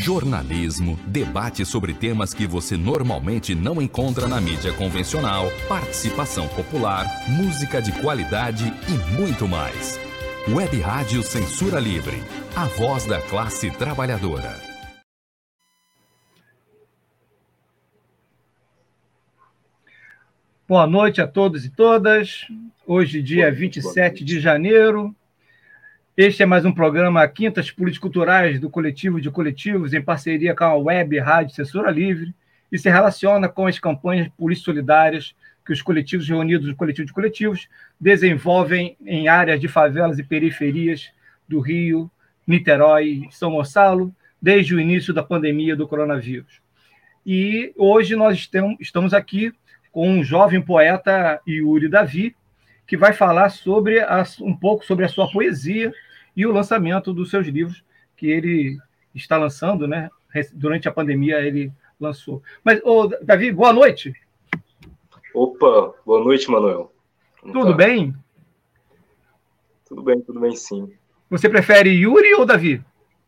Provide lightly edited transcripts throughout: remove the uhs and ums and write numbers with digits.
jornalismo, debate sobre temas que você normalmente não encontra na mídia convencional, participação popular, música de qualidade e muito mais. Web Rádio Censura Livre, a voz da classe trabalhadora. Boa noite a todos e todas. Hoje, dia 27 de janeiro. Este é mais um programa Quintas Político-Culturais do Coletivo de Coletivos, em parceria com a Web Rádio Censura Livre, e se relaciona com as campanhas políticas solidárias que os coletivos reunidos no Coletivo de Coletivos desenvolvem em áreas de favelas e periferias do Rio, Niterói e São Gonçalo, desde o início da pandemia do coronavírus. E hoje nós estamos aqui com um jovem poeta, Yuri Davi, que vai falar um pouco sobre a sua poesia e o lançamento dos seus livros que ele está lançando, né? Durante a pandemia ele lançou. Mas, Davi, boa noite. Opa, boa noite, Manuel. Tudo bem? Tudo bem, sim. Você prefere Yuri ou Davi?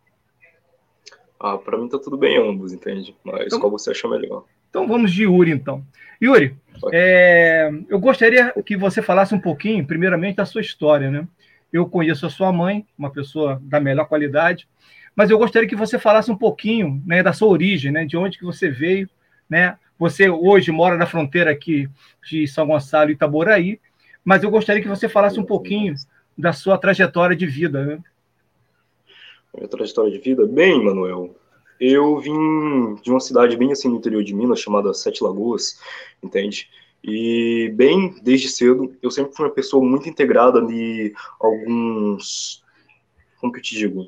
Para mim tá tudo bem ambos, entende? Mas então, qual você acha melhor? Então vamos de Yuri, então. Yuri, eu gostaria que você falasse um pouquinho, primeiramente, da sua história, né? Eu conheço a sua mãe, uma pessoa da melhor qualidade, mas eu gostaria que você falasse um pouquinho, né, da sua origem, né? De onde que você veio, né? Você hoje mora na fronteira aqui de São Gonçalo e Itaboraí, mas eu gostaria que você falasse um pouquinho da sua trajetória de vida, né? Minha trajetória de vida? Bem, Manuel, eu vim de uma cidade bem assim no interior de Minas, chamada Sete Lagoas, entende? E bem, desde cedo, eu sempre fui uma pessoa muito integrada de alguns... Como que eu te digo?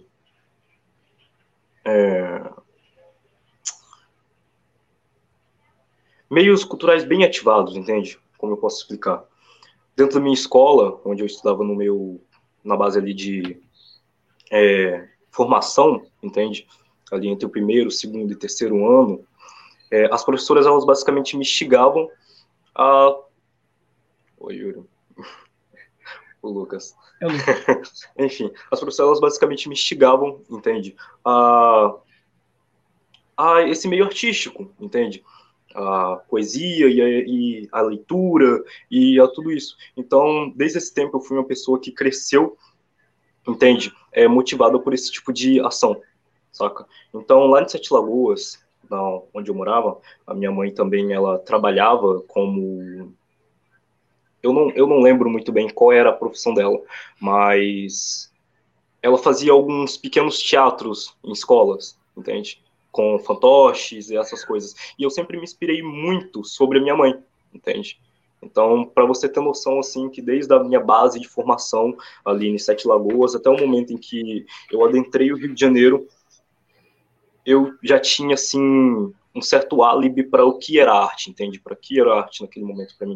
Meios culturais bem ativados, entende? Como eu posso explicar? Dentro da minha escola, onde eu estudava na base ali de formação, entende? Ali entre o primeiro, segundo e terceiro ano, as professoras, elas basicamente me instigavam a... Oi, Yuri. O Lucas. Enfim, as professoras, elas basicamente me instigavam, entende? A esse meio artístico, entende? A poesia e a leitura e a tudo isso. Então, desde esse tempo, eu fui uma pessoa que cresceu, entende? Motivada por esse tipo de ação, saca? Então, lá em Sete Lagoas, onde eu morava, a minha mãe também, ela trabalhava como... Eu não lembro muito bem qual era a profissão dela, mas ela fazia alguns pequenos teatros em escolas, entende? Com fantoches e essas coisas. E eu sempre me inspirei muito sobre a minha mãe, entende? Então, para você ter noção, assim, que desde a minha base de formação ali em Sete Lagoas, até o momento em que eu adentrei o Rio de Janeiro, eu já tinha, assim, um certo álibi para o que era arte, entende? Para que era arte naquele momento para mim.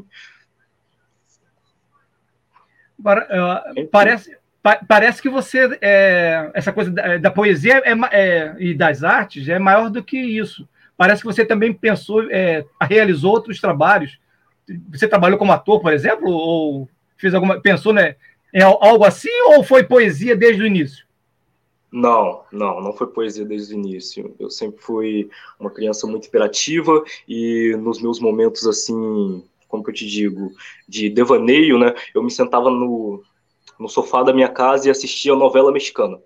Parece que você, essa coisa da poesia e das artes é maior do que isso. Parece que você também pensou, realizou outros trabalhos. Você trabalhou como ator, por exemplo? Ou pensou, né, em algo assim? Ou foi poesia desde o início? Não foi poesia desde o início. Eu sempre fui uma criança muito hiperativa e nos meus momentos, assim, como que eu te digo, de devaneio, né, eu me sentava no sofá da minha casa e assistia novela mexicana.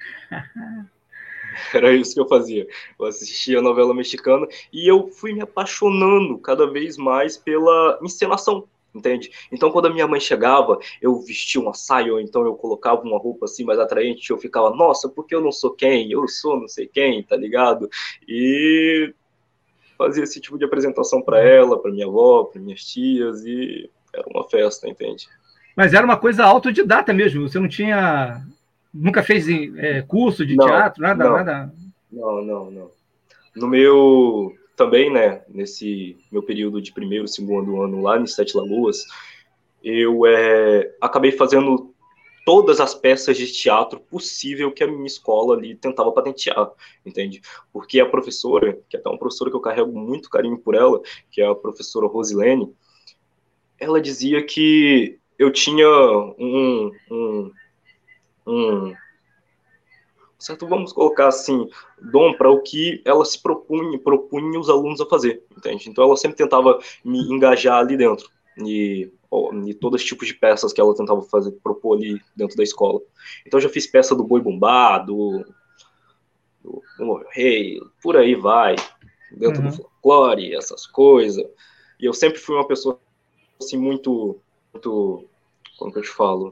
Era isso que eu fazia. Eu assistia novela mexicana e eu fui me apaixonando cada vez mais pela encenação, entende? Então, quando a minha mãe chegava, eu vestia uma saia, ou então eu colocava uma roupa assim mais atraente, eu ficava, nossa, porque eu não sou quem? Eu sou não sei quem, tá ligado? E fazia esse tipo de apresentação para ela, para minha avó, para minhas tias, e era uma festa, entende? Mas era uma coisa autodidata mesmo, você não tinha... Nunca fez curso de teatro, nada? Não. No meu... Também, né, nesse meu período de primeiro, segundo ano lá em Sete Lagoas, eu acabei fazendo todas as peças de teatro possível que a minha escola ali tentava patentear, entende? Porque a professora, que é até uma professora que eu carrego muito carinho por ela, que é a professora Rosilene, ela dizia que eu tinha um certo, vamos colocar assim, dom para o que ela se propunha os alunos a fazer, entende? Então ela sempre tentava me engajar ali dentro, e todos os tipos de peças que ela tentava propor ali dentro da escola. Então eu já fiz peça do Boi Bumbá, do Rei, por aí vai, dentro do folclore, essas coisas. E eu sempre fui uma pessoa assim muito como que eu te falo,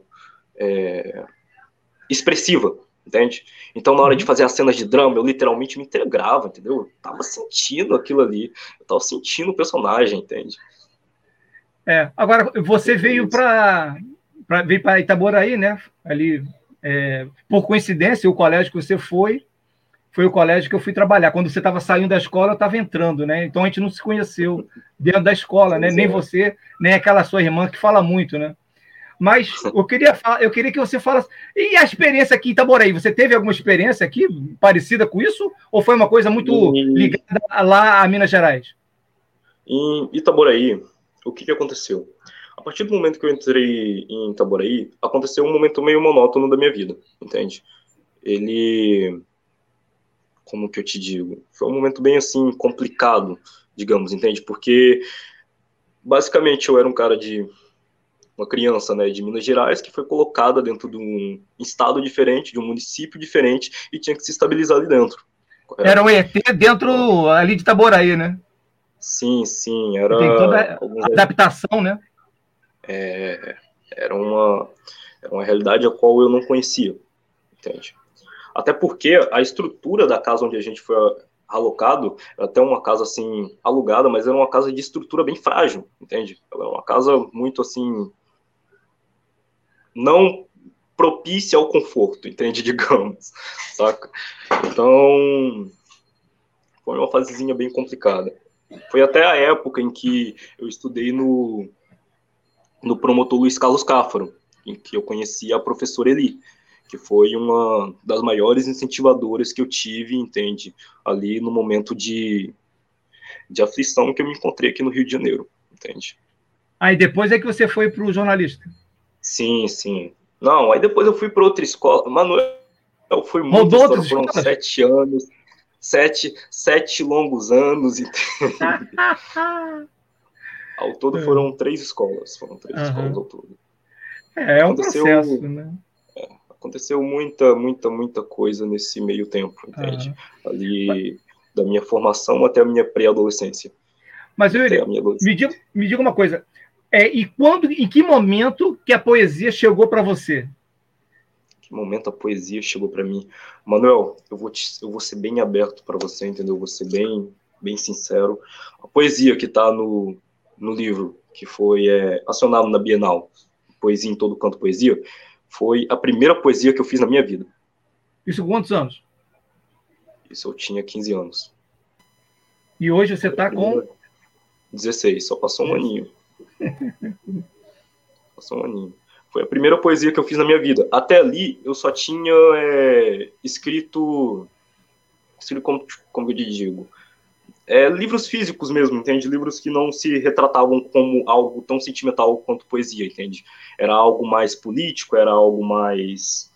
expressiva, entende? Então, na hora de fazer as cenas de drama, eu literalmente me integrava, entendeu? Eu tava sentindo aquilo ali, eu tava sentindo o personagem, entende? Agora, você veio para Itaboraí, né? Ali, por coincidência, o colégio que você foi o colégio que eu fui trabalhar. Quando você estava saindo da escola, eu estava entrando, né? Então a gente não se conheceu dentro da escola, né? Nem você, nem aquela sua irmã que fala muito, né? Mas eu queria que você falasse. E a experiência aqui em Itaboraí? Você teve alguma experiência aqui parecida com isso? Ou foi uma coisa muito ligada lá a Minas Gerais? Em Itaboraí, o que aconteceu? A partir do momento que eu entrei em Itaboraí, aconteceu um momento meio monótono da minha vida, entende? Como que eu te digo? Foi um momento bem, assim, complicado, digamos, entende? Porque, basicamente, eu era uma criança, né, de Minas Gerais, que foi colocada dentro de um estado diferente, de um município diferente, e tinha que se estabilizar ali dentro. Correto? Era um ET dentro ali de Itaboraí, né? Sim, era... Tem toda a adaptação, né? Era uma realidade a qual eu não conhecia, entende? Até porque a estrutura da casa onde a gente foi alocado era até uma casa, assim, alugada, mas era uma casa de estrutura bem frágil, entende? Ela era uma casa muito, assim, não propícia ao conforto, entende? Digamos, saca? Então, foi uma fasezinha bem complicada. Foi até a época em que eu estudei no promotor Luiz Carlos Cáfaro, em que eu conheci a professora Eli, que foi uma das maiores incentivadoras que eu tive, entende? Ali no momento de aflição que eu me encontrei aqui no Rio de Janeiro, entende? Aí depois é que você foi para o jornalista? Sim. Não, aí depois eu fui para outra escola. Manuel, foi muito história, foram 7 anos, 7 longos anos, entende? Ao todo foram 3 escolas, escolas ao todo. Um processo, né? Aconteceu muita coisa nesse meio tempo, entende? Ali, da minha formação até a minha pré-adolescência. Mas, Yuri, me diga uma coisa. Em que momento que a poesia chegou para você? Em que momento a poesia chegou para mim? Manuel, eu vou ser bem aberto para você, entendeu? Eu vou ser bem sincero. A poesia que está no livro, que foi acionado na Bienal, Poesia em Todo Canto Poesia, foi a primeira poesia que eu fiz na minha vida. Isso com quantos anos? Isso eu tinha 15 anos. E hoje você está com? 16, só passou um aninho. Passou um aninho. Foi a primeira poesia que eu fiz na minha vida. Até ali, eu só tinha escrito como eu digo, livros físicos mesmo, entende? Livros que não se retratavam como algo tão sentimental quanto poesia, entende? Era algo mais político, era algo mais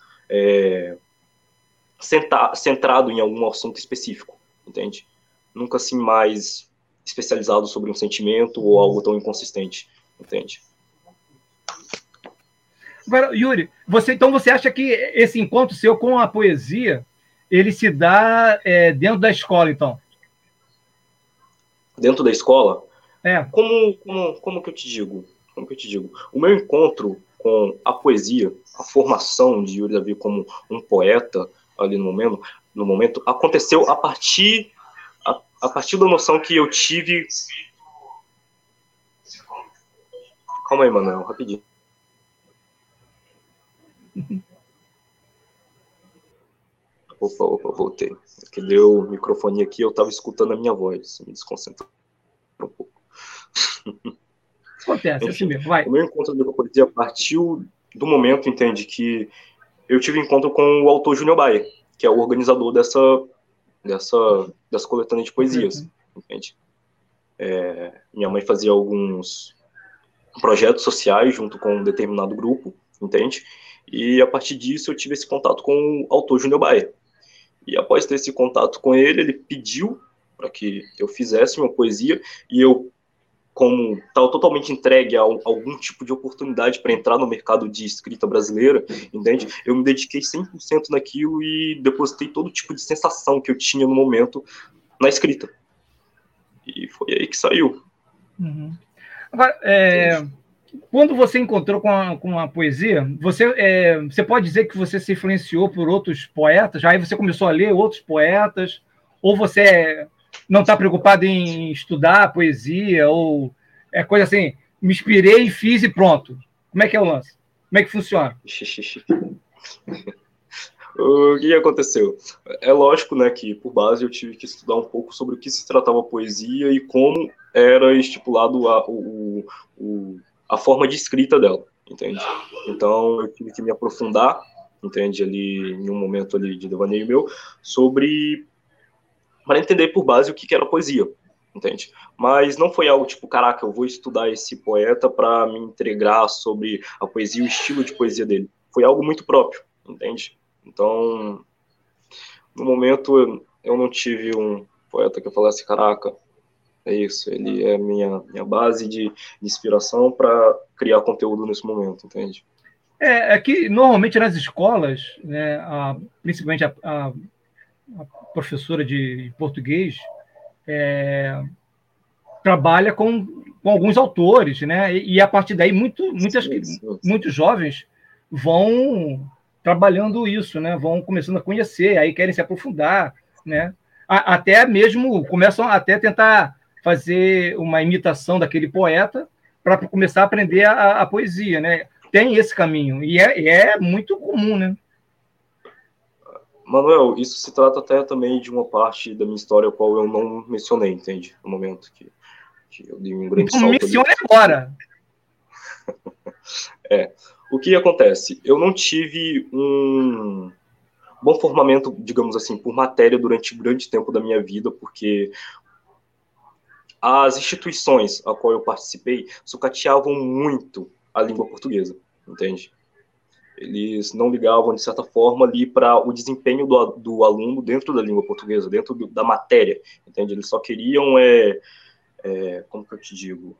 centrado em algum assunto específico, entende? Nunca assim mais especializado sobre um sentimento ou algo tão inconsistente, entende? Agora, Yuri, então você acha que esse encontro seu com a poesia, ele se dá dentro da escola, então? Dentro da escola? Como que eu te digo? O meu encontro com a poesia, a formação de Yuri Davi como um poeta ali no momento aconteceu a partir da noção que eu tive. Calma aí, Manuel, rapidinho. Opa, voltei. Que deu o microfone aqui, eu estava escutando a minha voz, me desconcentrou um pouco. Acontece, assim mesmo, vai. O meu encontro com a poesia partiu do momento, entende, que eu tive encontro com o autor Júnior Baia, que é o organizador dessa coletânea de poesias, entende? Minha mãe fazia alguns projetos sociais junto com um determinado grupo, entende? E a partir disso eu tive esse contato com o autor Júnior Baia. E após ter esse contato com ele, ele pediu para que eu fizesse uma poesia, e eu, como estava totalmente entregue a algum tipo de oportunidade para entrar no mercado de escrita brasileira, entende? Eu me dediquei 100% naquilo e depositei todo tipo de sensação que eu tinha no momento na escrita. E foi aí que saiu. Uhum. Agora, quando você encontrou com a poesia, você pode dizer que você se influenciou por outros poetas? Aí você começou a ler outros poetas? Ou você não está preocupado em estudar poesia? Ou é coisa assim, me inspirei, fiz e pronto? Como é que é o lance? Como é que funciona? O que aconteceu? É lógico, né, que por base eu tive que estudar um pouco sobre o que se tratava a poesia e como era estipulado a forma de escrita dela, entende? Então eu tive que me aprofundar, entende, ali em um momento ali de devaneio meu, para entender por base o que era poesia, entende? Mas não foi algo tipo, caraca, eu vou estudar esse poeta para me integrar sobre a poesia, o estilo de poesia dele. Foi algo muito próprio, entende? Então, no momento, eu não tive um poeta que eu falasse, caraca, é isso, ele é minha base de inspiração para criar conteúdo nesse momento, entende? É que, normalmente, nas escolas, né, principalmente a professora de português, trabalha com alguns autores, né? E a partir daí muitos jovens vão trabalhando isso, né? Vão começando a conhecer, aí querem se aprofundar, né? Até mesmo começam até a tentar fazer uma imitação daquele poeta para começar a aprender a poesia, né? Tem esse caminho e é muito comum, né? Manuel, isso se trata até também de uma parte da minha história a qual eu não mencionei, entende? No momento que eu dei um grande salto. Mencione agora. O que acontece? Eu não tive um bom formamento, digamos assim, por matéria durante grande tempo da minha vida, porque as instituições a qual eu participei sucateavam muito a língua portuguesa, entende? Eles não ligavam, de certa forma, ali para o desempenho do aluno dentro da língua portuguesa, dentro da matéria, entende? Eles só queriam, como que eu te digo,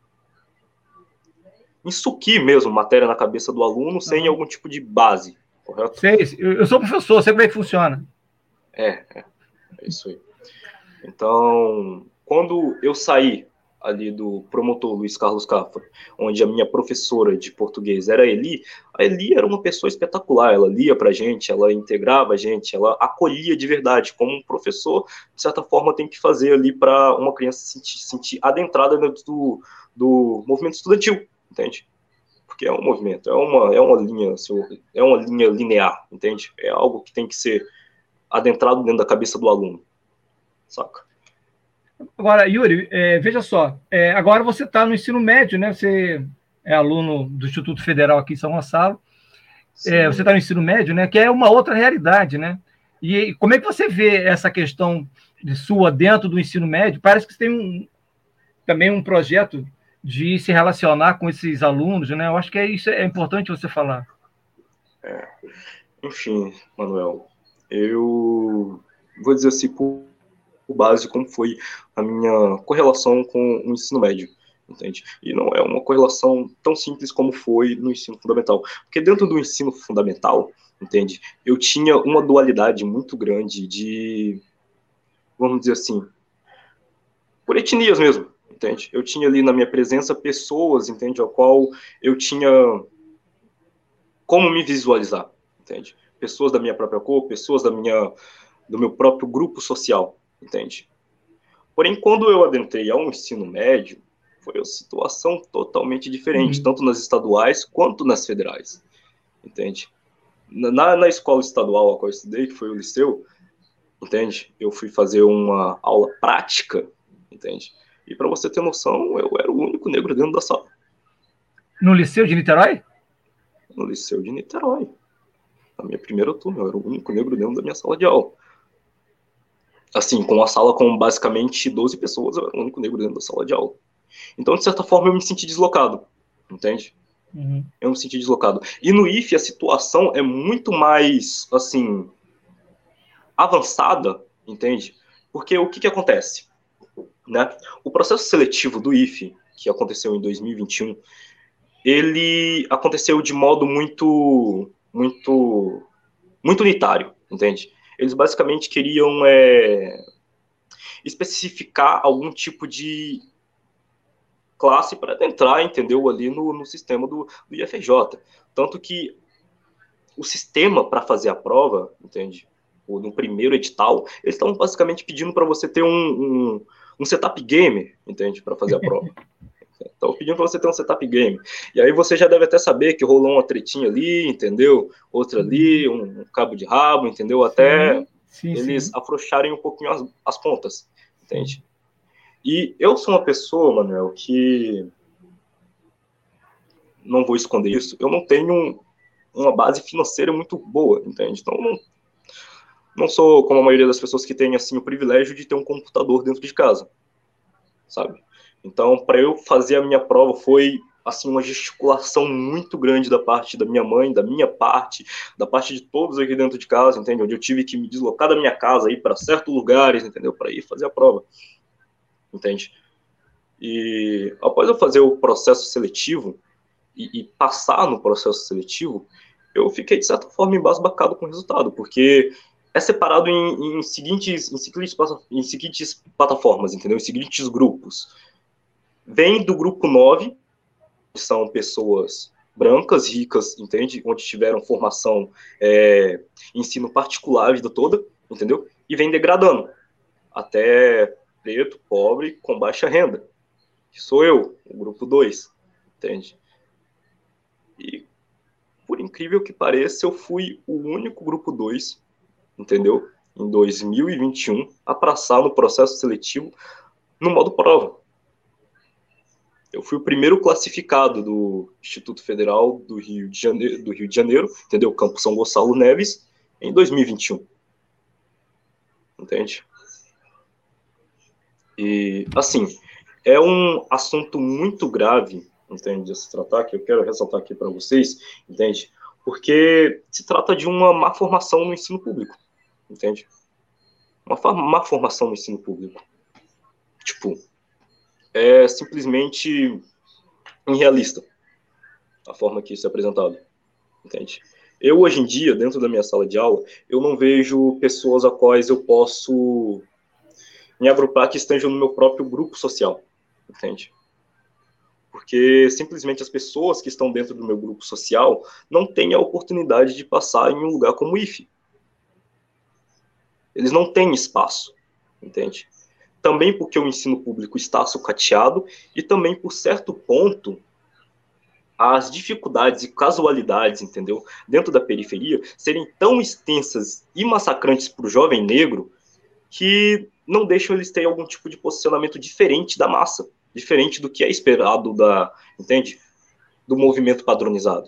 insuquir mesmo matéria na cabeça do aluno sem algum tipo de base, correto? Sei, eu sou professor, sei como é que funciona. É isso aí. Então, quando eu saí ali do promotor Luiz Carlos Cafra, onde a minha professora de português era a Eli era uma pessoa espetacular, ela lia pra gente, ela integrava a gente, ela acolhia de verdade, como um professor, de certa forma, tem que fazer ali para uma criança se sentir adentrada dentro do movimento estudantil, entende? Porque é um movimento, é uma linha linear, entende? É algo que tem que ser adentrado dentro da cabeça do aluno, saca? Agora, Yuri, veja só, agora você está no ensino médio, né? Você é aluno do Instituto Federal aqui em São Gonçalo. Você está no ensino médio, né? Que é uma outra realidade, né? E como é que você vê essa questão de sua dentro do ensino médio? Parece que você tem também um projeto de se relacionar com esses alunos, né? Eu acho que isso é importante você falar. Enfim, Manuel, eu vou dizer assim, por base, como foi a minha correlação com o ensino médio, entende? E não é uma correlação tão simples como foi no ensino fundamental, porque dentro do ensino fundamental, entende? Eu tinha uma dualidade muito grande de, vamos dizer assim, por etnias mesmo, entende? Eu tinha ali na minha presença pessoas, entende? Ao qual eu tinha como me visualizar, entende? Pessoas da minha própria cor, pessoas do meu próprio grupo social, entende? Porém, quando eu adentrei ao ensino médio, foi uma situação totalmente diferente, tanto nas estaduais quanto nas federais, entende? Na escola estadual a qual eu estudei, que foi o liceu, entende? Eu fui fazer uma aula prática, entende? E para você ter noção, eu era o único negro dentro da sala. No Liceu de Niterói? No Liceu de Niterói. Na minha primeira turma, eu era o único negro dentro da minha sala de aula. Assim, com a sala com basicamente 12 pessoas, eu era o único negro dentro da sala de aula. Então, de certa forma, eu me senti deslocado, entende? Uhum. Eu me senti deslocado. E no IFE, a situação é muito mais, assim, avançada, entende? Porque o que acontece? Né? O processo seletivo do IFE, que aconteceu em 2021, ele aconteceu de modo muito unitário, entende? Eles basicamente queriam especificar algum tipo de classe para entrar, entendeu, ali no sistema do IFRJ. Tanto que o sistema para fazer a prova, entende, no primeiro edital, eles estavam basicamente pedindo para você ter um setup gamer, entende, para fazer a prova. Estão pedindo para você ter um setup game. E aí você já deve até saber que rolou uma tretinha ali, entendeu? Outra ali, um cabo de rabo, entendeu? Até eles afrouxarem um pouquinho as pontas, entende? E eu sou uma pessoa, Manuel, que não vou esconder isso, eu não tenho uma base financeira muito boa, entende? Então, não sou como a maioria das pessoas que tem, assim, o privilégio de ter um computador dentro de casa, sabe? Então, para eu fazer a minha prova foi, assim, uma gesticulação muito grande da parte da minha mãe, da minha parte, da parte de todos aqui dentro de casa, entende? Onde eu tive que me deslocar da minha casa, ir para certos lugares, entendeu? Para ir fazer a prova, entende? E após eu fazer o processo seletivo e passar no processo seletivo, eu fiquei, de certa forma, embasbacado com o resultado, porque é separado em seguintes plataformas, entendeu? Em seguintes grupos. Vem do grupo 9, que são pessoas brancas, ricas, entende? Onde tiveram formação, ensino particular a vida toda, entendeu? E vem degradando até preto, pobre, com baixa renda, que sou eu, o grupo 2, entende? E, por incrível que pareça, eu fui o único grupo 2, entendeu? Em 2021, a passar no processo seletivo no modo prova. Eu fui o primeiro classificado do Instituto Federal do Rio de Janeiro, entendeu? Campo São Gonçalo Neves, em 2021. Entende? E, assim, é um assunto muito grave, entende, de se tratar, que eu quero ressaltar aqui para vocês, entende? Porque se trata de uma má formação no ensino público, entende? Uma má formação no ensino público. Tipo, é simplesmente irrealista a forma que isso é apresentado, entende? Eu, hoje em dia, dentro da minha sala de aula, eu não vejo pessoas a quais eu posso me agrupar que estejam no meu próprio grupo social, entende? Porque simplesmente as pessoas que estão dentro do meu grupo social não têm a oportunidade de passar em um lugar como o IFE. Eles não têm espaço, entende? Também porque o ensino público está sucateado e também, por certo ponto, as dificuldades e casualidades, entendeu, dentro da periferia, serem tão extensas e massacrantes para o jovem negro que não deixam eles terem algum tipo de posicionamento diferente da massa, diferente do que é esperado entende, do movimento padronizado.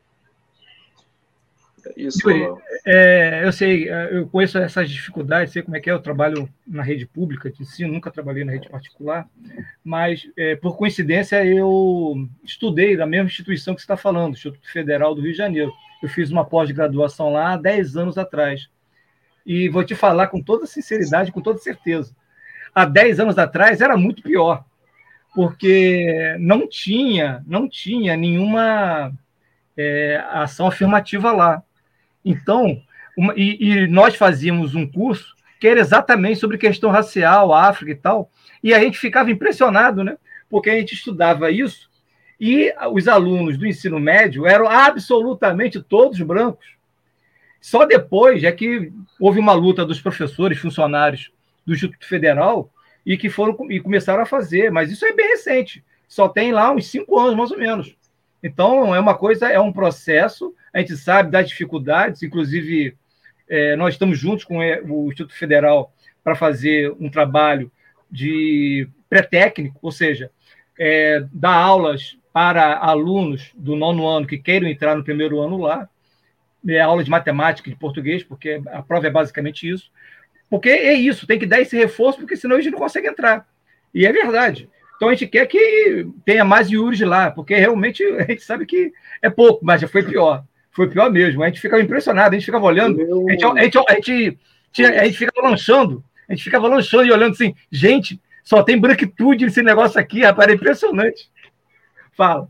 É isso, eu sei, eu conheço essas dificuldades, sei como é que é, eu trabalho na rede pública de ensino, nunca trabalhei na rede particular, mas, por coincidência, eu estudei na mesma instituição que você está falando, Instituto Federal do Rio de Janeiro. Eu fiz uma pós-graduação lá há 10 anos atrás. E vou te falar com toda sinceridade, com toda certeza. Há 10 anos atrás era muito pior, porque não tinha nenhuma ação afirmativa lá. Então, nós fazíamos um curso que era exatamente sobre questão racial, África e tal, e a gente ficava impressionado, né? Porque a gente estudava isso e os alunos do ensino médio eram absolutamente todos brancos. Só depois é que houve uma luta dos professores, funcionários do Instituto Federal e que começaram a fazer, mas isso é bem recente, só tem lá uns 5 anos, mais ou menos. Então, é um processo, a gente sabe das dificuldades, inclusive nós estamos juntos com o Instituto Federal para fazer um trabalho de pré-técnico, ou seja, dar aulas para alunos do 9º ano que queiram entrar no 1º ano lá, aula de matemática e de português, porque a prova é basicamente isso. Porque é isso, tem que dar esse reforço, porque senão a gente não consegue entrar. E é verdade. Então a gente quer que tenha mais iures lá, porque realmente a gente sabe que é pouco, mas já foi pior. Foi pior mesmo. A gente ficava impressionado, a gente ficava olhando. A gente A gente ficava lanchando e olhando assim, gente, só tem branquitude nesse negócio aqui, rapaz, era impressionante. Fala.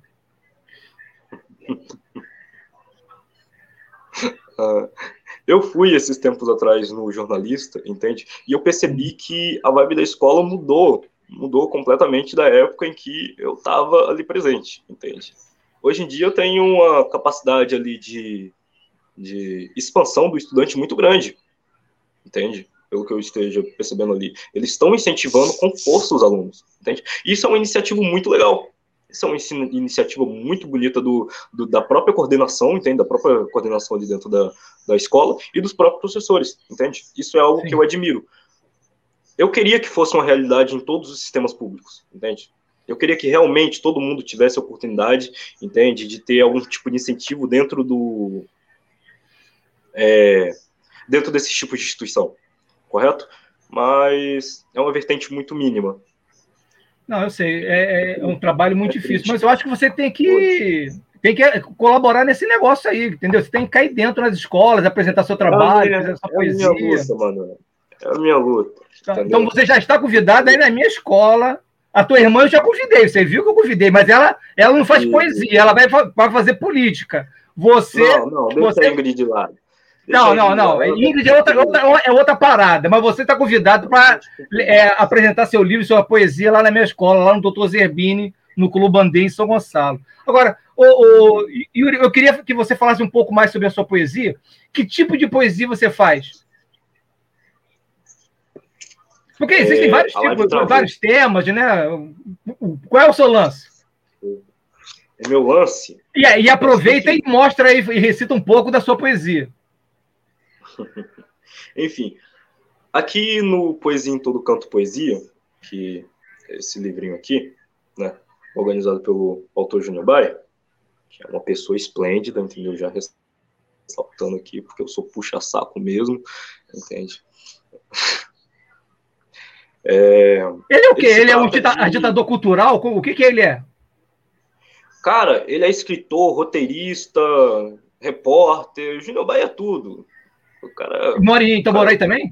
Eu fui esses tempos atrás no Jornalista, entende? E eu percebi que a vibe da escola mudou completamente da época em que eu estava ali presente, entende? Hoje em dia eu tenho uma capacidade ali de expansão do estudante muito grande, entende? Pelo que eu esteja percebendo ali. Eles estão incentivando com força os alunos, entende? Isso é uma iniciativa muito legal. Isso é uma iniciativa muito bonita da própria coordenação, entende? Da própria coordenação ali dentro da escola e dos próprios professores, entende? Isso é algo que eu admiro. Eu queria que fosse uma realidade em todos os sistemas públicos, entende? Eu queria que realmente todo mundo tivesse a oportunidade, entende? De ter algum tipo de incentivo dentro desse tipo de instituição, correto? Mas é uma vertente muito mínima. Não, eu sei, é um trabalho muito difícil, mas eu acho que você tem que colaborar nesse negócio aí, entendeu? Você tem que cair dentro nas escolas, apresentar seu trabalho, fazer sua poesia. É a minha luta, mano. É a minha luta. Então você já está convidado aí na minha escola. A tua irmã eu já convidei, você viu que eu convidei, mas ela não faz poesia, ela vai fazer política. Deixa a Ingrid de lado. Não. Ingrid é outra parada, mas você está convidado para apresentar seu livro, sua poesia lá na minha escola, lá no Dr. Zerbini, no Clube Andem, em São Gonçalo. Agora, Yuri, eu queria que você falasse um pouco mais sobre a sua poesia. Que tipo de poesia você faz? Porque existem vários tipos, vários temas, né? Qual é o seu lance? É meu lance? E aproveita e mostra aí, e recita um pouco da sua poesia. Enfim, aqui no Poesia em Todo Canto Poesia, que é esse livrinho aqui, né, organizado pelo autor Júnior Baia, que é uma pessoa esplêndida, entendeu? Já ressaltando aqui, porque eu sou puxa-saco mesmo, entende? Ele é o quê? Ele é um agitador cultural? O que ele é? Cara, ele é escritor, roteirista, repórter, Júnior Baia é tudo. O cara, mora em Itaboraí também?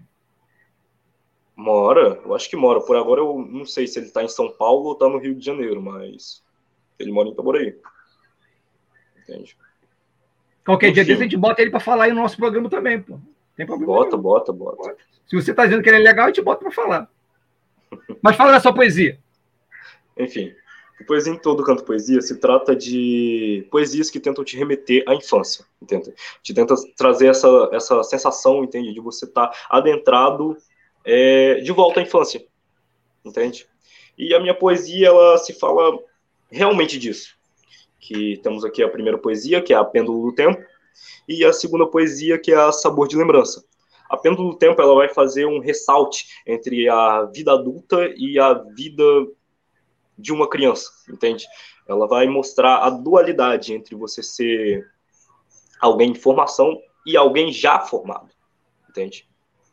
Mora, eu acho que mora. Por agora eu não sei se ele tá em São Paulo ou tá no Rio de Janeiro, mas ele mora em Itaboraí. Entende? Qualquer dia desse a gente bota ele para falar aí no nosso programa também, pô. Tem problema. Bota. Se você tá dizendo que ele é legal, a gente bota para falar. Mas fala da sua poesia. Enfim, o Poesia em Todo Canto Poesia se trata de poesias que tentam te remeter à infância, entende? Te tenta trazer essa sensação, entende? De você estar adentrado de volta à infância, entende? E a minha poesia, ela se fala realmente disso. Que temos aqui a primeira poesia, que é a Pêndulo do Tempo, e a segunda poesia, que é a Sabor de Lembrança. A Pêndulo do Tempo, ela vai fazer um ressalte entre a vida adulta e a vida de uma criança, entende? Ela vai mostrar a dualidade entre você ser alguém em formação e alguém já formado, entende?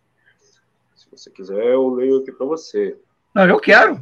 Se você quiser, eu leio aqui para você. Não, eu quero.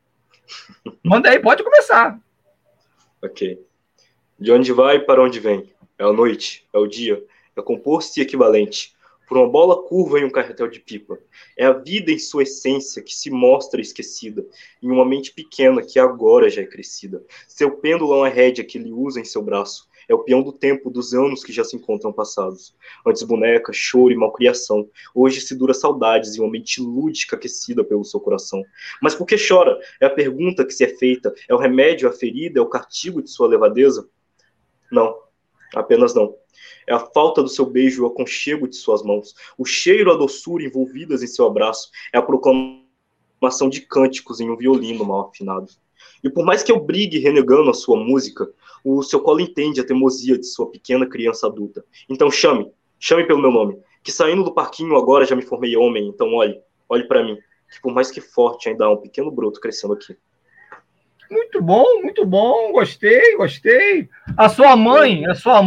Manda aí, pode começar. Ok. De onde vai e para onde vem? É a noite, é o dia, é composto e equivalente. Por uma bola curva em um carretel de pipa. É a vida em sua essência que se mostra esquecida, em uma mente pequena que agora já é crescida. Seu pêndulo é uma rédea que ele usa em seu braço. É o peão do tempo dos anos que já se encontram passados. Antes boneca, choro e malcriação. Hoje se dura saudades e uma mente lúdica aquecida pelo seu coração. Mas por que chora? É a pergunta que se é feita. É o remédio à ferida? É o castigo de sua levadeza? Não, apenas não. É a falta do seu beijo, o aconchego de suas mãos, o cheiro, a doçura envolvidas em seu abraço, é a proclamação de cânticos em um violino mal afinado. E por mais que eu brigue renegando a sua música, o seu colo entende a teimosia de sua pequena criança adulta. Então chame pelo meu nome, que saindo do parquinho agora já me formei homem, então olhe para mim, que por mais que forte ainda há um pequeno broto crescendo aqui. Muito bom, gostei. A sua mãe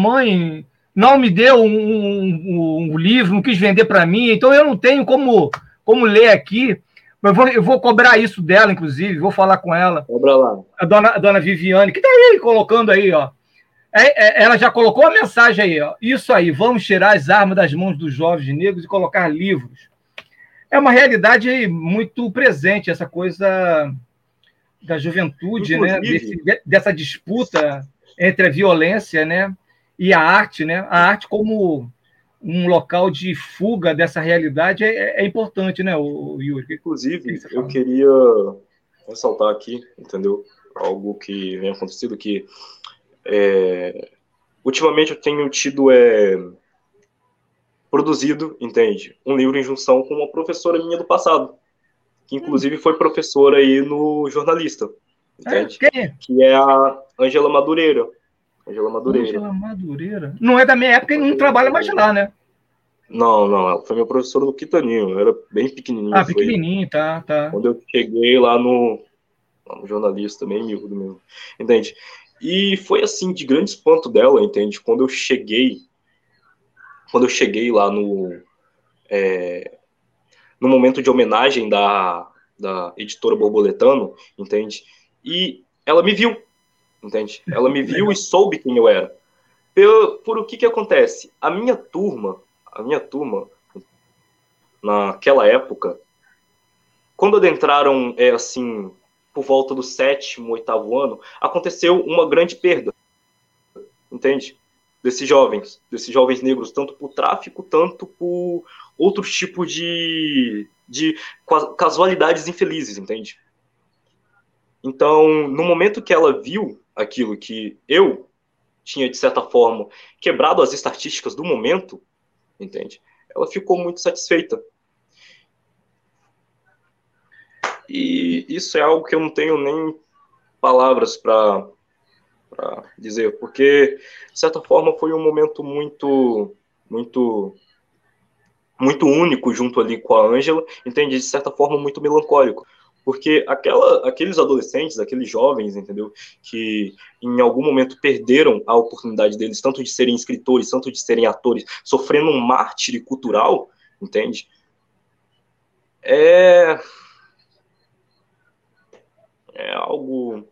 não me deu um livro, não quis vender para mim, então eu não tenho como ler aqui. Eu vou cobrar isso dela, inclusive, vou falar com ela. Cobra lá. A dona Viviane, que está aí colocando aí, ó. Ela já colocou a mensagem aí, ó. Isso aí, vamos tirar as armas das mãos dos jovens negros e colocar livros. é uma realidade muito presente, essa coisa da juventude, né? Dessa disputa entre a violência, né? E a arte, né? A arte como um local de fuga dessa realidade é importante, né, o Yuri? Inclusive, eu queria ressaltar aqui, entendeu? Algo que vem acontecendo, que ultimamente eu tenho tido produzido, entende? Um livro em junção com uma professora minha do passado, que inclusive foi professora aí no Jornalista, entende? Que é a Ângela Madureira. Ângela Madureira. Não é da minha época e não trabalha mais lá, né? Não, ela foi minha professora do Quitaninho, eu era bem pequenininho. Ah, pequenininho, tá. Quando eu cheguei lá no Jornalista, bem miúdo mesmo, entende? E foi assim, de grande espanto dela, entende? Quando eu cheguei lá no momento de homenagem da editora Borboletano, entende? E ela me viu, entende? Ela me viu e soube quem eu era. Por o que acontece? A minha turma, naquela época, quando adentraram, assim, por volta do 7º, 8º ano, aconteceu uma grande perda, entende? Desses jovens negros, tanto por tráfico, tanto por outros tipos de casualidades infelizes, entende? Então, no momento que ela viu aquilo que eu tinha, de certa forma, quebrado as estatísticas do momento, entende? Ela ficou muito satisfeita. E isso é algo que eu não tenho nem palavras para dizer, porque, de certa forma, foi um momento muito único junto ali com a Ângela, entende? De certa forma, muito melancólico. Porque aqueles adolescentes, aqueles jovens, entendeu? Que em algum momento perderam a oportunidade deles, tanto de serem escritores, tanto de serem atores, sofrendo um mártire cultural, entende? É algo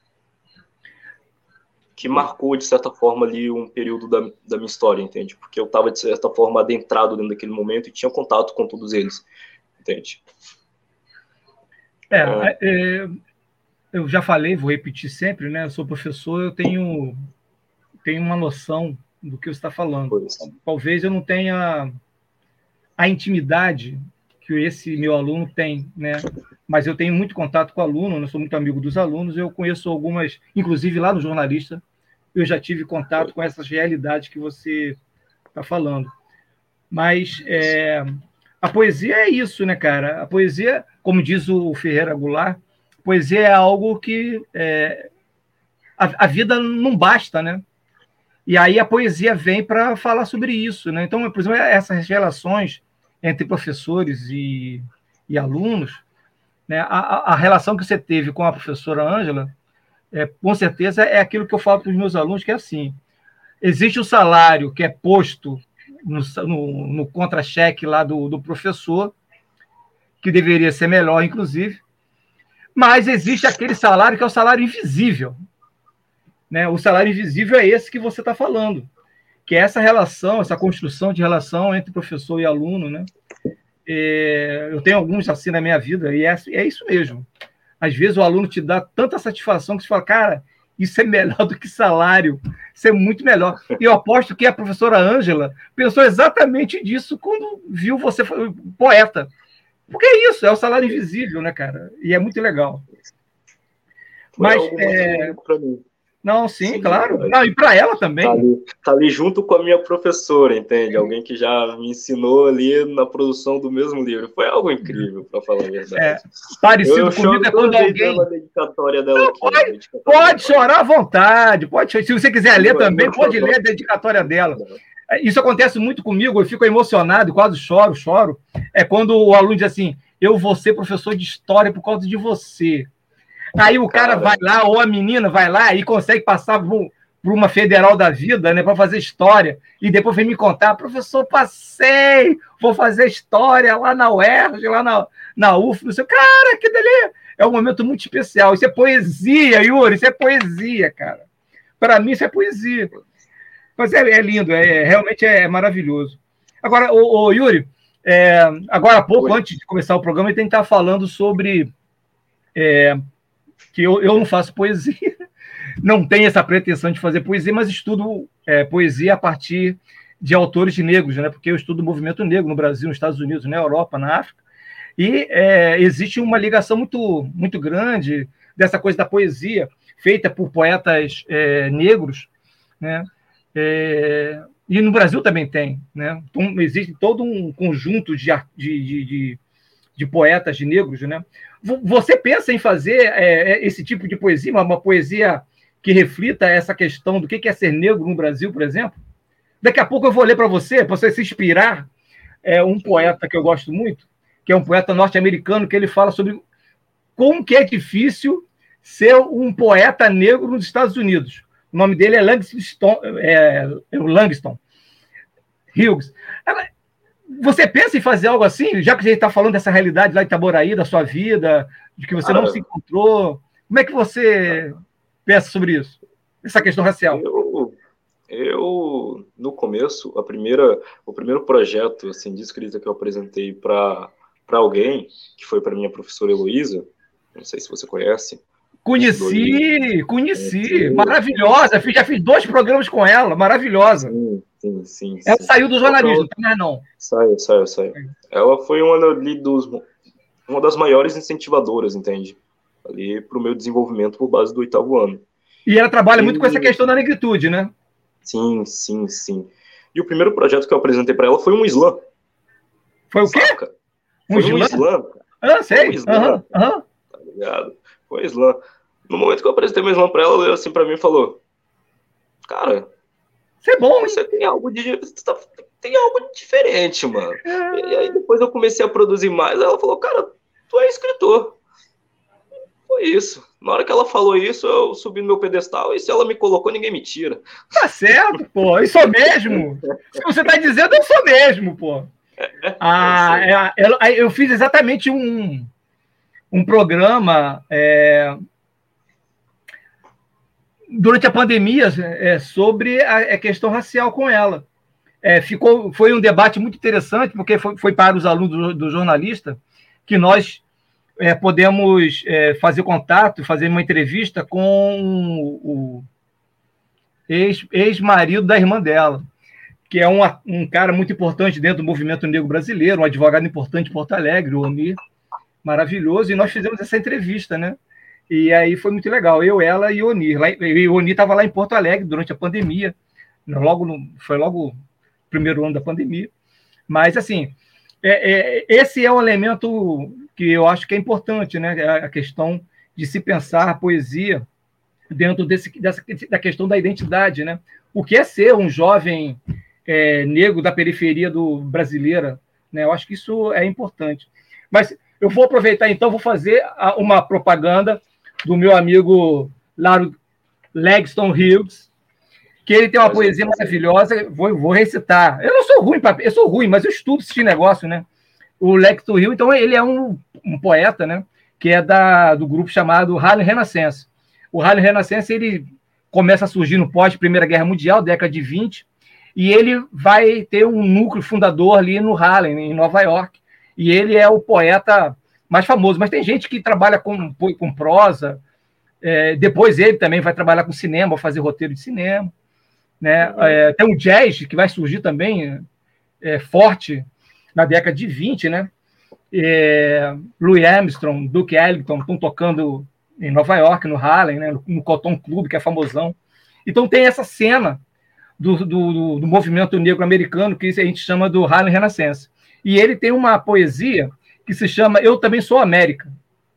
que marcou, de certa forma, ali um período da minha história, entende? Porque eu estava, de certa forma, adentrado dentro daquele momento e tinha contato com todos eles, entende? Eu já falei, vou repetir sempre, né? Eu sou professor, eu tenho uma noção do que você está falando. Talvez eu não tenha a intimidade que esse meu aluno tem, né? Mas eu tenho muito contato com o aluno, eu sou muito amigo dos alunos, eu conheço algumas, inclusive lá no Jornalista, eu já tive contato com essas realidades que você está falando. Mas a poesia é isso, né, cara? A poesia, como diz o Ferreira Goulart, a poesia é algo que a vida não basta, né? E aí a poesia vem para falar sobre isso, né? Então, por exemplo, essas relações entre professores e alunos, né? A relação que você teve com a professora Ângela, com certeza é aquilo que eu falo para os meus alunos, que é assim, existe o salário que é posto no contra-cheque lá do professor, que deveria ser melhor, inclusive, mas existe aquele salário que é o salário invisível, né? O salário invisível é esse que você está falando, que é essa relação, essa construção de relação entre professor e aluno, né? Eu tenho alguns assim na minha vida, e é isso mesmo. Às vezes o aluno te dá tanta satisfação que você fala, cara, isso é melhor do que salário, isso é muito melhor. E eu aposto que a professora Ângela pensou exatamente disso quando viu você poeta. Porque é isso, é o salário invisível, né, cara? E é muito legal. Mas algo muito único para mim. Não, sim, claro. Não, e para ela também. Tá ali junto com a minha professora, entende? Alguém que já me ensinou ali na produção do mesmo livro. Foi algo incrível, para falar a verdade. Parecido comigo é quando alguém... dedicatória dela não, aqui, pode chorar à vontade. Se você quiser ler também, pode ler a dedicatória dela. Isso acontece muito comigo, eu fico emocionado, quase choro. É quando o aluno diz assim, eu vou ser professor de história por causa de você. Aí o cara vai lá, ou a menina vai lá e consegue passar por uma federal da vida, né, para fazer história, e depois vem me contar, professor, passei, vou fazer história lá na UERJ, lá na UF, não sei, cara, que delícia! É um momento muito especial, isso é poesia, Yuri, isso é poesia, cara. Para mim isso é poesia. Mas é lindo, realmente é maravilhoso. Agora, Yuri, Agora há pouco, antes de começar o programa, ele estava falando sobre que eu não faço poesia, não tenho essa pretensão de fazer poesia, mas estudo poesia a partir de autores negros, né? Porque eu estudo o movimento negro no Brasil, nos Estados Unidos, na Europa, na África, e existe uma ligação muito, muito grande dessa coisa da poesia feita por poetas negros, né? E no Brasil também tem, né? Então, existe todo um conjunto de poetas negros, né? Você pensa em fazer esse tipo de poesia, uma poesia que reflita essa questão do que é ser negro no Brasil, por exemplo? Daqui a pouco eu vou ler para você se inspirar. Um poeta que eu gosto muito, que é um poeta norte-americano, que ele fala sobre como que é difícil ser um poeta negro nos Estados Unidos. O nome dele é Langston Hughes. Você pensa em fazer algo assim, já que a gente está falando dessa realidade lá em Itaboraí, da sua vida, de que você não se encontrou? Como é que você pensa sobre isso? Essa questão racial? Eu no começo, o primeiro projeto assim, de escrita que eu apresentei para alguém, que foi para minha professora Heloísa, não sei se você conhece. Conheci, maravilhosa, já fiz 2 programas com ela, maravilhosa. Sim. Ela saiu do jornalismo, não. Saiu. Ela foi uma das maiores incentivadoras, entende? Ali para o meu desenvolvimento por base do 8º ano. E ela trabalha muito com essa questão da negritude, né? Sim. E o primeiro projeto que eu apresentei para ela foi um slam. Foi o quê? Saca? Um slam. Sei. Tá ligado? Foi um slam. No momento que eu apresentei meu slam para ela olhou assim para mim e falou: cara, isso é bom, você tem algo diferente, mano. E aí depois eu comecei a produzir mais. Ela falou: cara, tu é escritor. Foi isso. Na hora que ela falou isso, eu subi no meu pedestal e se ela me colocou, ninguém me tira. Tá certo, pô. Eu sou mesmo. Se você tá dizendo, eu sou mesmo, pô. Eu fiz exatamente um programa durante a pandemia sobre a questão racial com ela. Foi um debate muito interessante, porque foi para os alunos do jornalista que nós podemos fazer contato, fazer uma entrevista com o ex-marido da irmã dela, que é um cara muito importante dentro do movimento negro brasileiro, um advogado importante de Porto Alegre, o Onir, maravilhoso, e nós fizemos essa entrevista, né? E aí foi muito legal, eu, ela e o Onir. E o Onir estava lá em Porto Alegre durante a pandemia, foi logo o primeiro ano da pandemia. Mas, assim, esse é um elemento que eu acho que é importante, né? A questão de se pensar a poesia dentro da questão da identidade, né? O que é ser um jovem negro da periferia brasileira, né? Eu acho que isso é importante. Mas eu vou aproveitar, então, vou fazer uma propaganda do meu amigo Langston Hughes, que ele tem uma poesia maravilhosa, vou recitar. Eu não sou ruim, eu sou ruim, mas eu estudo esse negócio, né? O Langston Hughes, então, ele é um poeta, né? Que é do grupo chamado Harlem Renaissance. O Harlem Renaissance, ele começa a surgir no pós-Primeira Guerra Mundial, década de 20, e ele vai ter um núcleo fundador ali no Harlem, em Nova York, e ele é o poeta mais famoso. Mas tem gente que trabalha com prosa, depois ele também vai trabalhar com cinema, vai fazer roteiro de cinema, né? Tem um jazz que vai surgir também forte na década de 20, né? Louis Armstrong, Duke Ellington estão tocando em Nova York, no Harlem, né? No Cotton Club, que é famosão. Então tem essa cena do movimento negro americano que a gente chama do Harlem Renaissance. E ele tem uma poesia que se chama Eu Também Sou América.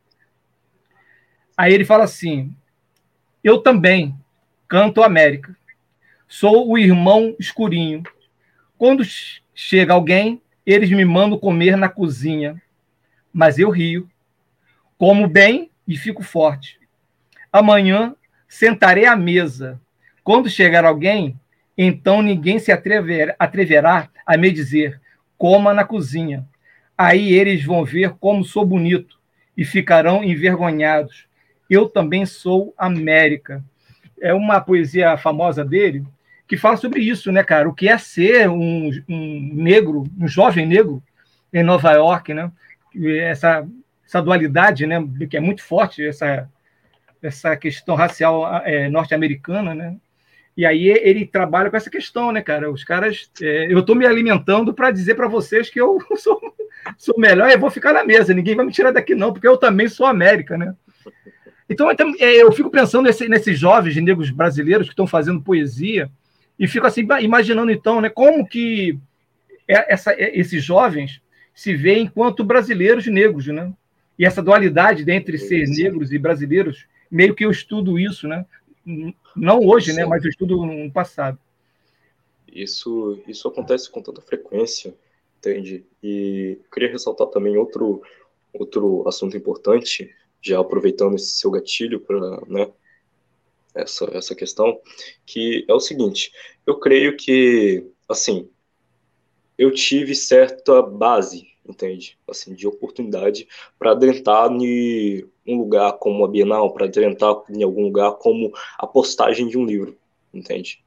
Aí ele fala assim: eu também canto América. Sou o irmão escurinho. Quando chega alguém, eles me mandam comer na cozinha. Mas eu rio. Como bem e fico forte. Amanhã sentarei à mesa. Quando chegar alguém, então ninguém se atreverá a me dizer: coma na cozinha. Aí eles vão ver como sou bonito e ficarão envergonhados. Eu também sou América. É uma poesia famosa dele que fala sobre isso, né, cara? O que é ser um negro, um jovem negro em Nova York, né? Essa dualidade, né? Que é muito forte, essa questão racial norte-americana, né? E aí ele trabalha com essa questão, né, cara? Os caras... eu estou me alimentando para dizer para vocês que eu sou melhor e vou ficar na mesa. Ninguém vai me tirar daqui, não, porque eu também sou América, né? Então eu fico pensando nesses jovens negros brasileiros que estão fazendo poesia e fico assim, imaginando, então, né, como que esses jovens se veem enquanto brasileiros negros, né? E essa dualidade entre ser negros e brasileiros, meio que eu estudo isso, né? Não hoje, né? Mas eu estudo no passado. Isso acontece com tanta frequência, entende? E eu queria ressaltar também outro assunto importante, já aproveitando esse seu gatilho para, né, essa questão, que é o seguinte: eu creio que, assim, eu tive certa base, entende? Assim, de oportunidade para adentrar em um lugar como a Bienal, para adentrar em algum lugar como a postagem de um livro, entende?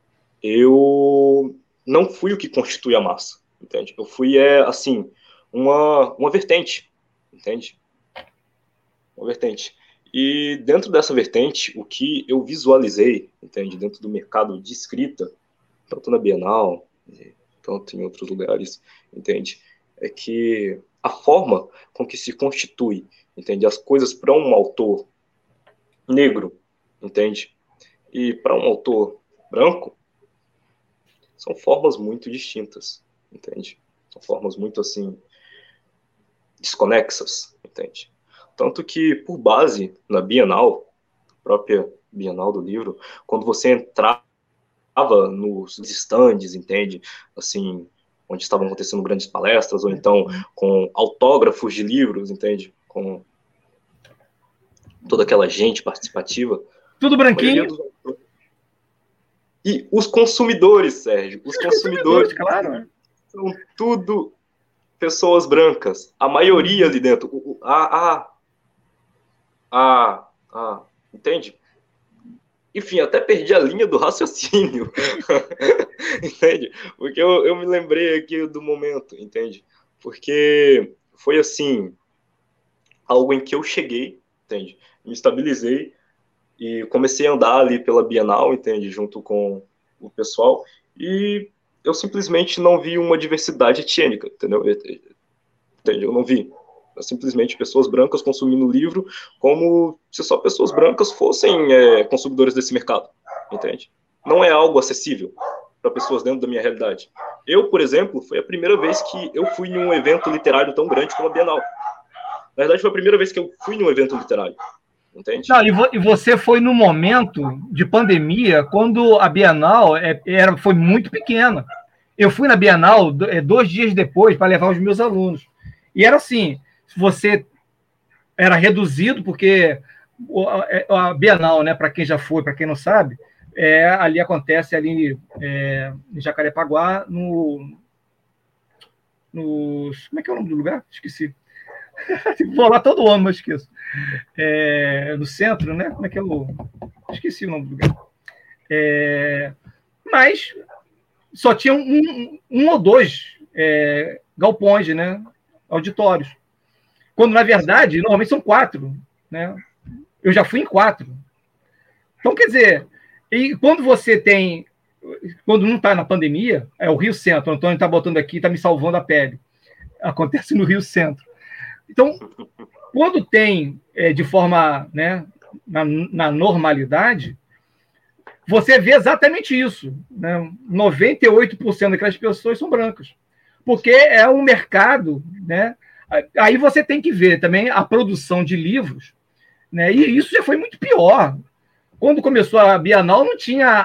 Eu não fui o que constitui a massa, entende? Eu fui, assim, uma vertente, entende? Uma vertente. E dentro dessa vertente, o que eu visualizei, entende? Dentro do mercado de escrita, tanto na Bienal, tanto em outros lugares, entende? É que a forma com que se constitui, entende? As coisas para um autor negro, entende? E para um autor branco, são formas muito distintas, entende? São formas muito, assim, desconexas, entende? Tanto que, por base, na Bienal, própria Bienal do livro, quando você entrava nos estandes, entende? Assim, onde estavam acontecendo grandes palestras, ou então com autógrafos de livros, entende? Com toda aquela gente participativa. Tudo branquinho. E os consumidores, Sérgio, os consumidores, claro, são tudo pessoas brancas. A maioria ali dentro. Entende? Enfim, até perdi a linha do raciocínio. Entende? Porque eu me lembrei aqui do momento, entende? Porque foi assim, algo em que eu cheguei, entende? Me estabilizei e comecei a andar ali pela Bienal, entende? Junto com o pessoal, e eu simplesmente não vi uma diversidade étnica, entendeu? Entende? Eu não vi. Simplesmente pessoas brancas consumindo livro como se só pessoas brancas fossem consumidores desse mercado, entende? Não é algo acessível para pessoas dentro da minha realidade. Eu, por exemplo, foi a primeira vez que eu fui em um evento literário tão grande como a Bienal. Na verdade, foi a primeira vez que eu fui em um evento literário, entende? Não, e você foi no momento de pandemia, quando a Bienal foi muito pequena. Eu fui na Bienal 2 dias depois para levar os meus alunos. E era assim, você era reduzido, porque a Bienal, né, para quem já foi, para quem não sabe, ali acontece ali em Jacarepaguá, como é que é o nome do lugar? Esqueci. Vou lá todo ano, mas esqueço. No centro, né? Como é que é o... Esqueci o nome do lugar. Mas só tinha um ou dois galpões, né? Auditórios. Quando, na verdade, normalmente são 4, né? Eu já fui em 4. Então, quer dizer, e quando você tem... Quando não está na pandemia, é o Rio Centro. O Antônio está botando aqui, está me salvando a pele. Acontece no Rio Centro. Então, quando tem de forma, né, na normalidade, você vê exatamente isso, né? 98% daquelas pessoas são brancas, porque é um mercado, né? Aí você tem que ver também a produção de livros, né? E isso já foi muito pior. Quando começou a Bienal, não tinha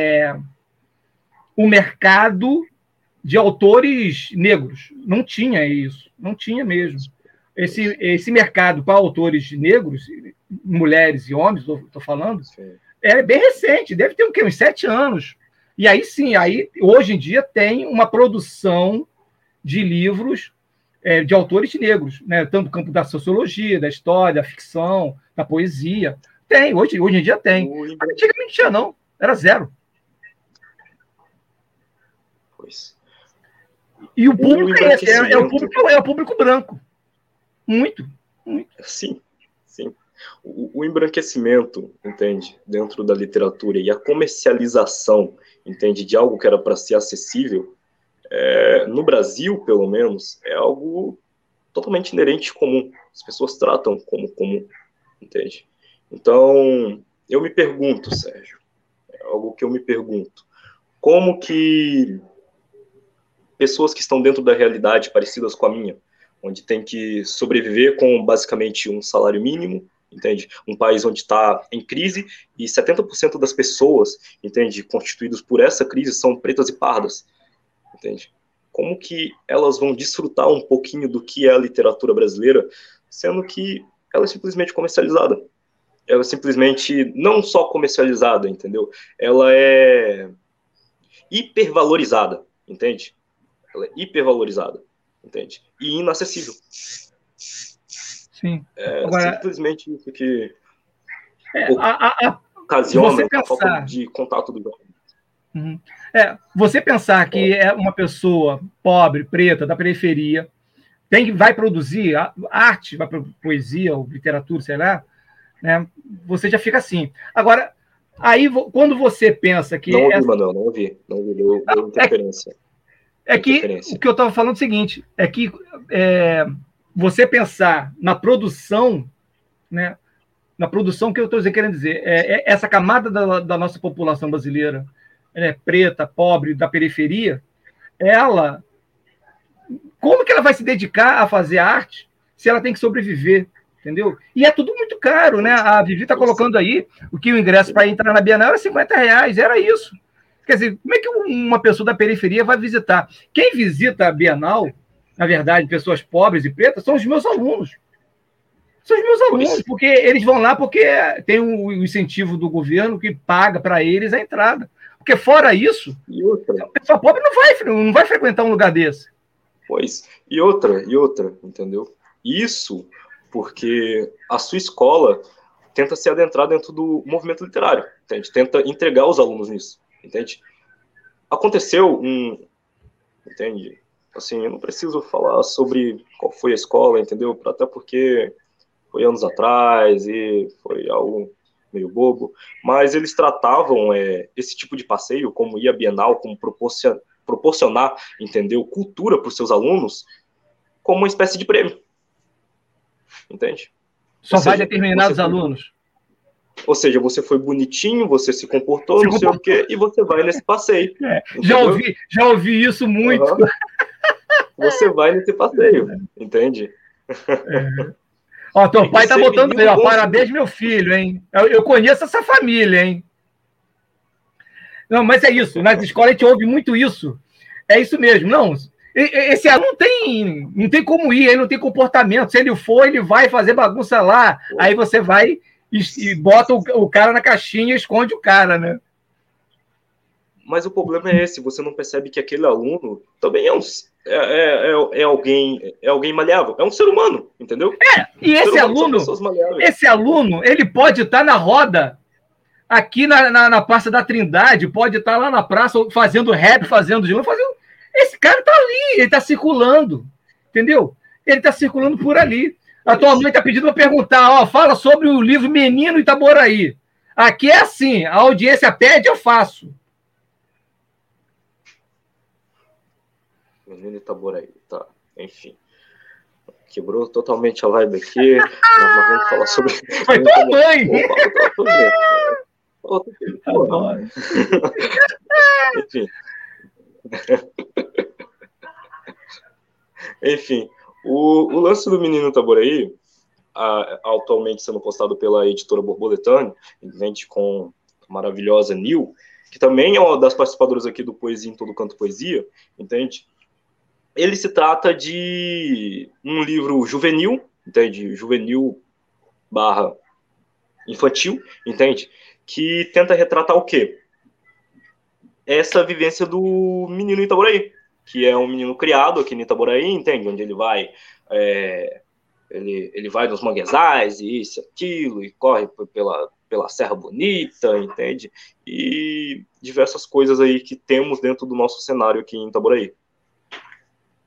um mercado de autores negros, não tinha isso, não tinha mesmo. Esse mercado para autores negros, mulheres e homens, estou falando, é bem recente, deve ter uns 7 anos. E aí sim, hoje em dia tem uma produção de livros de autores negros, né? Tanto no campo da sociologia, da história, da ficção, da poesia. Tem, hoje em dia tem. Antigamente tinha, não, era 0. Pois. E o público é esse, é o público branco. Muito. Sim. O embranquecimento, entende, dentro da literatura e a comercialização, entende, de algo que era para ser acessível, no Brasil, pelo menos, é algo totalmente inerente comum. As pessoas tratam como comum, entende? Então, eu me pergunto, Sérgio, é algo que eu me pergunto, como que pessoas que estão dentro da realidade parecidas com a minha, onde tem que sobreviver com basicamente um salário mínimo, entende? Um país onde está em crise e 70% das pessoas, entende, constituídos por essa crise são pretas e pardas, entende? Como que elas vão desfrutar um pouquinho do que é a literatura brasileira, sendo que ela é simplesmente comercializada? Ela é simplesmente não só comercializada, entendeu? Ela é hipervalorizada, entende? Ela é hipervalorizada, entende? E inacessível. Sim. Agora, simplesmente isso que ocasiona a falta de contato do jovem. Uhum. Você pensar que é uma pessoa pobre, preta, da periferia, vai produzir arte, vai produzir poesia ou literatura, sei lá, né? Você já fica assim. Agora, aí quando você pensa que... Não ouvi, Manuel, não ouvi. Deu interferência. O que eu estava falando é o seguinte, é que você pensar na produção, né? Na produção, que eu estou querendo dizer, essa camada da nossa população brasileira, preta, pobre, da periferia, como que ela vai se dedicar a fazer arte se ela tem que sobreviver, entendeu? E é tudo muito caro, né? A Vivi está colocando aí o ingresso para entrar na Bienal era R$50, era isso. Quer dizer, como é que uma pessoa da periferia vai visitar? Quem visita a Bienal, na verdade, pessoas pobres e pretas, são os meus alunos. São os meus alunos, porque eles vão lá porque tem o incentivo do governo que paga para eles a entrada. Porque fora isso, a pessoa pobre não vai frequentar um lugar desse. Pois, e outra, entendeu? Isso porque a sua escola tenta se adentrar dentro do movimento literário, entende? Tenta entregar os alunos nisso, entende? Aconteceu entende? Assim, eu não preciso falar sobre qual foi a escola, entendeu? Até porque foi anos atrás e foi algo meio bobo, mas eles tratavam esse tipo de passeio, como ir à Bienal, como proporcionar, entendeu, cultura para os seus alunos, como uma espécie de prêmio. Entende? Só vai determinados alunos. Ou seja, você foi bonitinho, você se comportou, não sei o quê, e você vai nesse passeio. Já ouvi isso muito. Uhum. Você vai nesse passeio, entende? Ó, teu pai tá botando bem, ó, parabéns, meu filho, hein? Eu conheço essa família, hein? Não, mas é isso, nas escolas a gente ouve muito isso. É isso mesmo, não. Esse aluno não tem como ir, ele não tem comportamento. Se ele for, ele vai fazer bagunça lá. Aí você vai e bota o cara na caixinha e esconde o cara, né? Mas o problema é esse, você não percebe que aquele aluno também é alguém maleável, é um ser humano, entendeu? E esse aluno, ele pode estar na roda aqui na Praça da Trindade, pode estar lá na praça fazendo rap, fazendo... Esse cara tá ali, ele tá circulando, entendeu? Ele tá circulando por ali. A tua mãe tá pedindo para perguntar, fala sobre o livro Menino Itaboraí. Aqui é assim, a audiência pede, eu faço. Menino Itaboraí, tá, enfim. Quebrou totalmente a vibe aqui. Nós vamos falar sobre... Foi tua mãe! Enfim. Enfim, o lance do Menino Itaboraí, atualmente sendo postado pela editora Borboletânea, entende, com a maravilhosa Nil, que também é uma das participadoras aqui do Poesia em Todo Canto Poesia, entende? Ele se trata de um livro juvenil, entende? Juvenil / infantil, entende? Que tenta retratar o quê? Essa vivência do menino Itaboraí, que é um menino criado aqui em Itaboraí, entende? Onde ele vai, ele vai nos manguezais, e isso, aquilo, e corre pela Serra Bonita, entende? E diversas coisas aí que temos dentro do nosso cenário aqui em Itaboraí.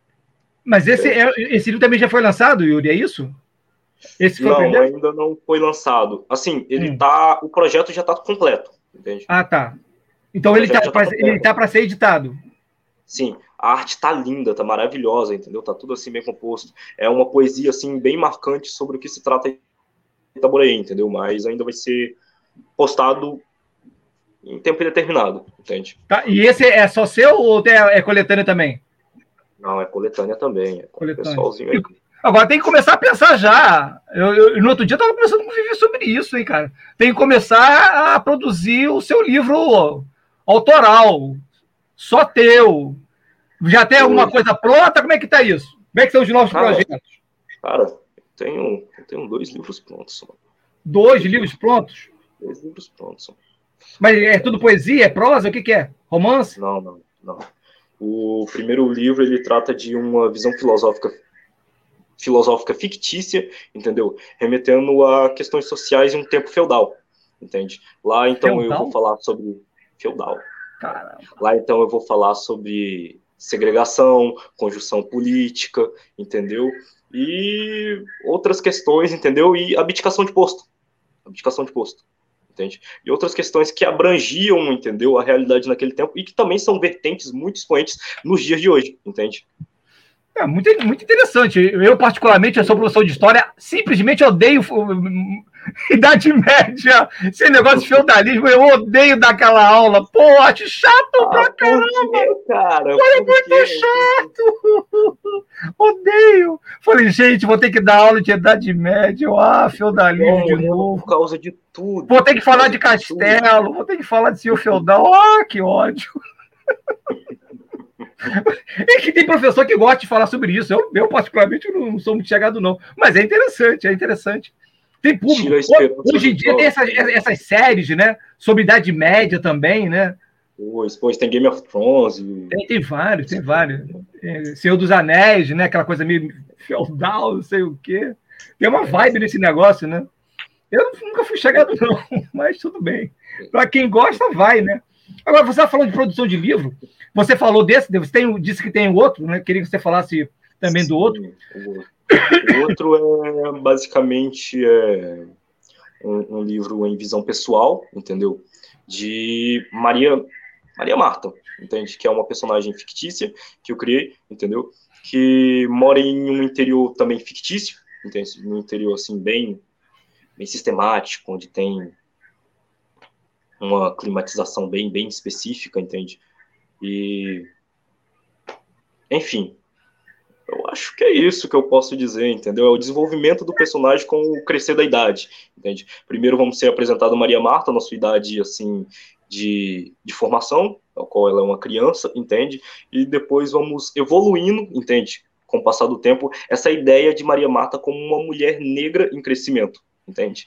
Mas esse livro também já foi lançado, Yuri, é isso? Esse foi não, o primeiro? ainda não foi lançado. Assim, o projeto já está completo, entende? Ah, tá. Então ele tá para ser editado. Sim, a arte tá linda, tá maravilhosa, entendeu? Tá tudo assim bem composto. É uma poesia assim bem marcante sobre o que se trata Itaboraí, entendeu? Mas ainda vai ser postado em tempo indeterminado, entende? Tá, e esse é só seu ou é coletânea também? Não, é coletânea também. É coletânea. Pessoalzinho aí. Agora tem que começar a pensar já. No outro dia eu estava conversando com o Vivi sobre isso, hein, cara. Tem que começar a produzir o seu livro autoral, só teu. Já tem alguma coisa pronta? Como é que tá isso? Como é que são os novos projetos? Cara, eu tenho 2 livros prontos. Mano. 2 livros prontos? 2 livros prontos. Mano. Mas é tudo poesia? É prosa? O que é? Romance? Não. O primeiro livro, ele trata de uma visão filosófica fictícia, entendeu? Remetendo a questões sociais em um tempo feudal, entende? Lá, então, feudal? Eu vou falar sobre... Feudal. Caramba. Lá, então, eu vou falar sobre segregação, conjunção política, entendeu? E outras questões, entendeu? E abdicação de posto. Entende? E outras questões que abrangiam, entendeu, a realidade naquele tempo e que também são vertentes muito expoentes nos dias de hoje, entende? É muito interessante. Eu, particularmente, eu sou professor de história, simplesmente odeio Idade Média, esse negócio de feudalismo, eu odeio daquela aula. Pô, acho chato pra caramba. Cara, é muito chato. Odeio. Falei, gente, vou ter que dar aula de Idade Média. Feudalismo de novo. Por causa de tudo. Vou ter que falar de castelo, vou ter que falar de senhor feudal. Que ódio. É que tem professor que gosta de falar sobre isso. Eu particularmente, não sou muito chegado, não. Mas é interessante. Tem público. Hoje em dia tem essas séries, né? Sobre Idade Média também, né? Pois tem Game of Thrones. Tem vários. Senhor dos Anéis, né? Aquela coisa meio feudal, não sei o quê. Tem uma vibe nesse negócio, né? Eu nunca fui chegado, não. Mas tudo bem. Para quem gosta, vai, né? Agora, você está falando de produção de livro. Você falou desse, disse que tem outro, né? Queria que você falasse também do outro. O outro é basicamente um livro em visão pessoal, entendeu? De Maria Marta, entende? Que é uma personagem fictícia que eu criei, entendeu? Que mora em um interior também fictício, entende? Um interior assim bem sistemático, onde tem uma climatização bem específica, entende? E, enfim, eu acho que é isso que eu posso dizer, entendeu? É o desenvolvimento do personagem com o crescer da idade, entende? Primeiro vamos ser apresentado Maria Marta na sua idade, assim, de formação, ao qual ela é uma criança, entende? E depois vamos evoluindo, entende? Com o passar do tempo, essa ideia de Maria Marta como uma mulher negra em crescimento, entende?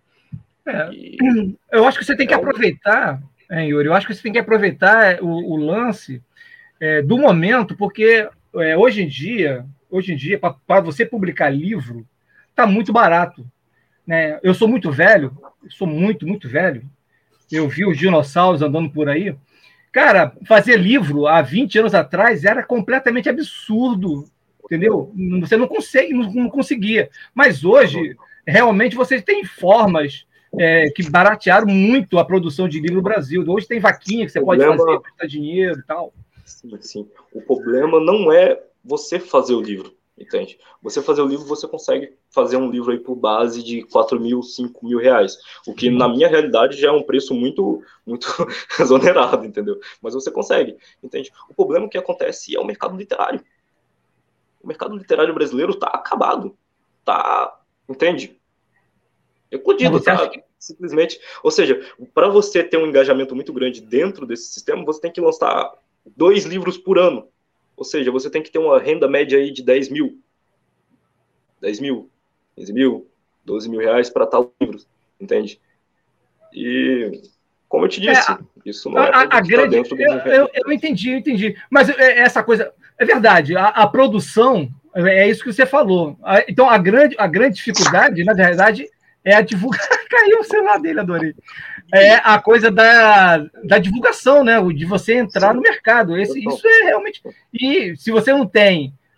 Eu acho que você tem que aproveitar, Yuri, eu acho que você tem que aproveitar o lance do momento, porque hoje em dia para você publicar livro, está muito barato. Né? Eu sou muito velho, muito velho. Eu vi os dinossauros andando por aí. Cara, fazer livro há 20 anos atrás era completamente absurdo, entendeu? Você não conseguia. Mas hoje, realmente, você tem formas que baratearam muito a produção de livro no Brasil. Hoje tem vaquinha que você pode fazer, prestar dinheiro e tal. Sim. O problema não é você fazer o livro, entende? Você fazer o livro, você consegue fazer um livro aí por base de 4 mil, 5 mil reais. O que, na minha realidade, já é um preço muito exonerado, entendeu? Mas você consegue, entende? O problema que acontece é o mercado literário. O mercado literário brasileiro está acabado. Entende? Eclodido, simplesmente. Ou seja, para você ter um engajamento muito grande dentro desse sistema, você tem que lançar 2 livros por ano. Ou seja, você tem que ter uma renda média aí de 10 mil, 15 mil, 12 mil reais para tal livro, entende? E, como eu te disse, isso não é dentro do... Eu entendi. Mas essa coisa... É verdade, a produção, é isso que você falou. Então, a grande dificuldade, na verdade... é a divulgação. Caiu o celular dele, adorei. É a coisa da divulgação, né? De você entrar no mercado. Isso é realmente. E se você não tem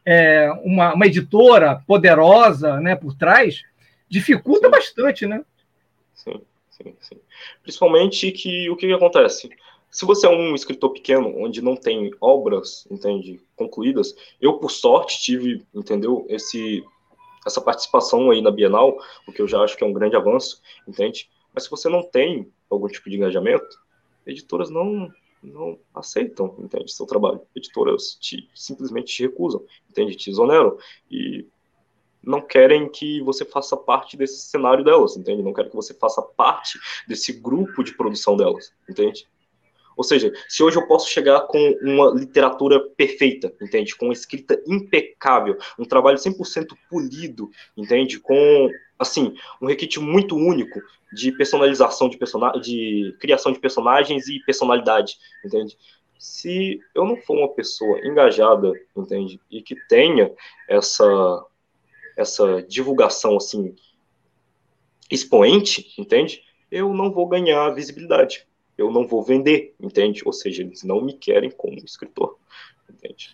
uma editora poderosa, né, por trás, dificulta bastante, né? Sim. Principalmente que o que acontece? Se você é um escritor pequeno, onde não tem obras, entende, concluídas, eu, por sorte, tive, entendeu, essa participação aí na Bienal, o que eu já acho que é um grande avanço, entende? Mas se você não tem algum tipo de engajamento, editoras não aceitam, entende, seu trabalho. Editoras simplesmente te recusam, entende, te exoneram. E não querem que você faça parte desse cenário delas, entende? Não querem que você faça parte desse grupo de produção delas, entende? Ou seja, se hoje eu posso chegar com uma literatura perfeita, entende? Com uma escrita impecável, um trabalho 100% polido, entende? Com, assim, um requinte muito único de personalização de criação de personagens e personalidade, entende? Se eu não for uma pessoa engajada, entende? E que tenha essa divulgação, assim, expoente, entende? Eu não vou ganhar visibilidade. Eu não vou vender, entende? Ou seja, eles não me querem como escritor, entende?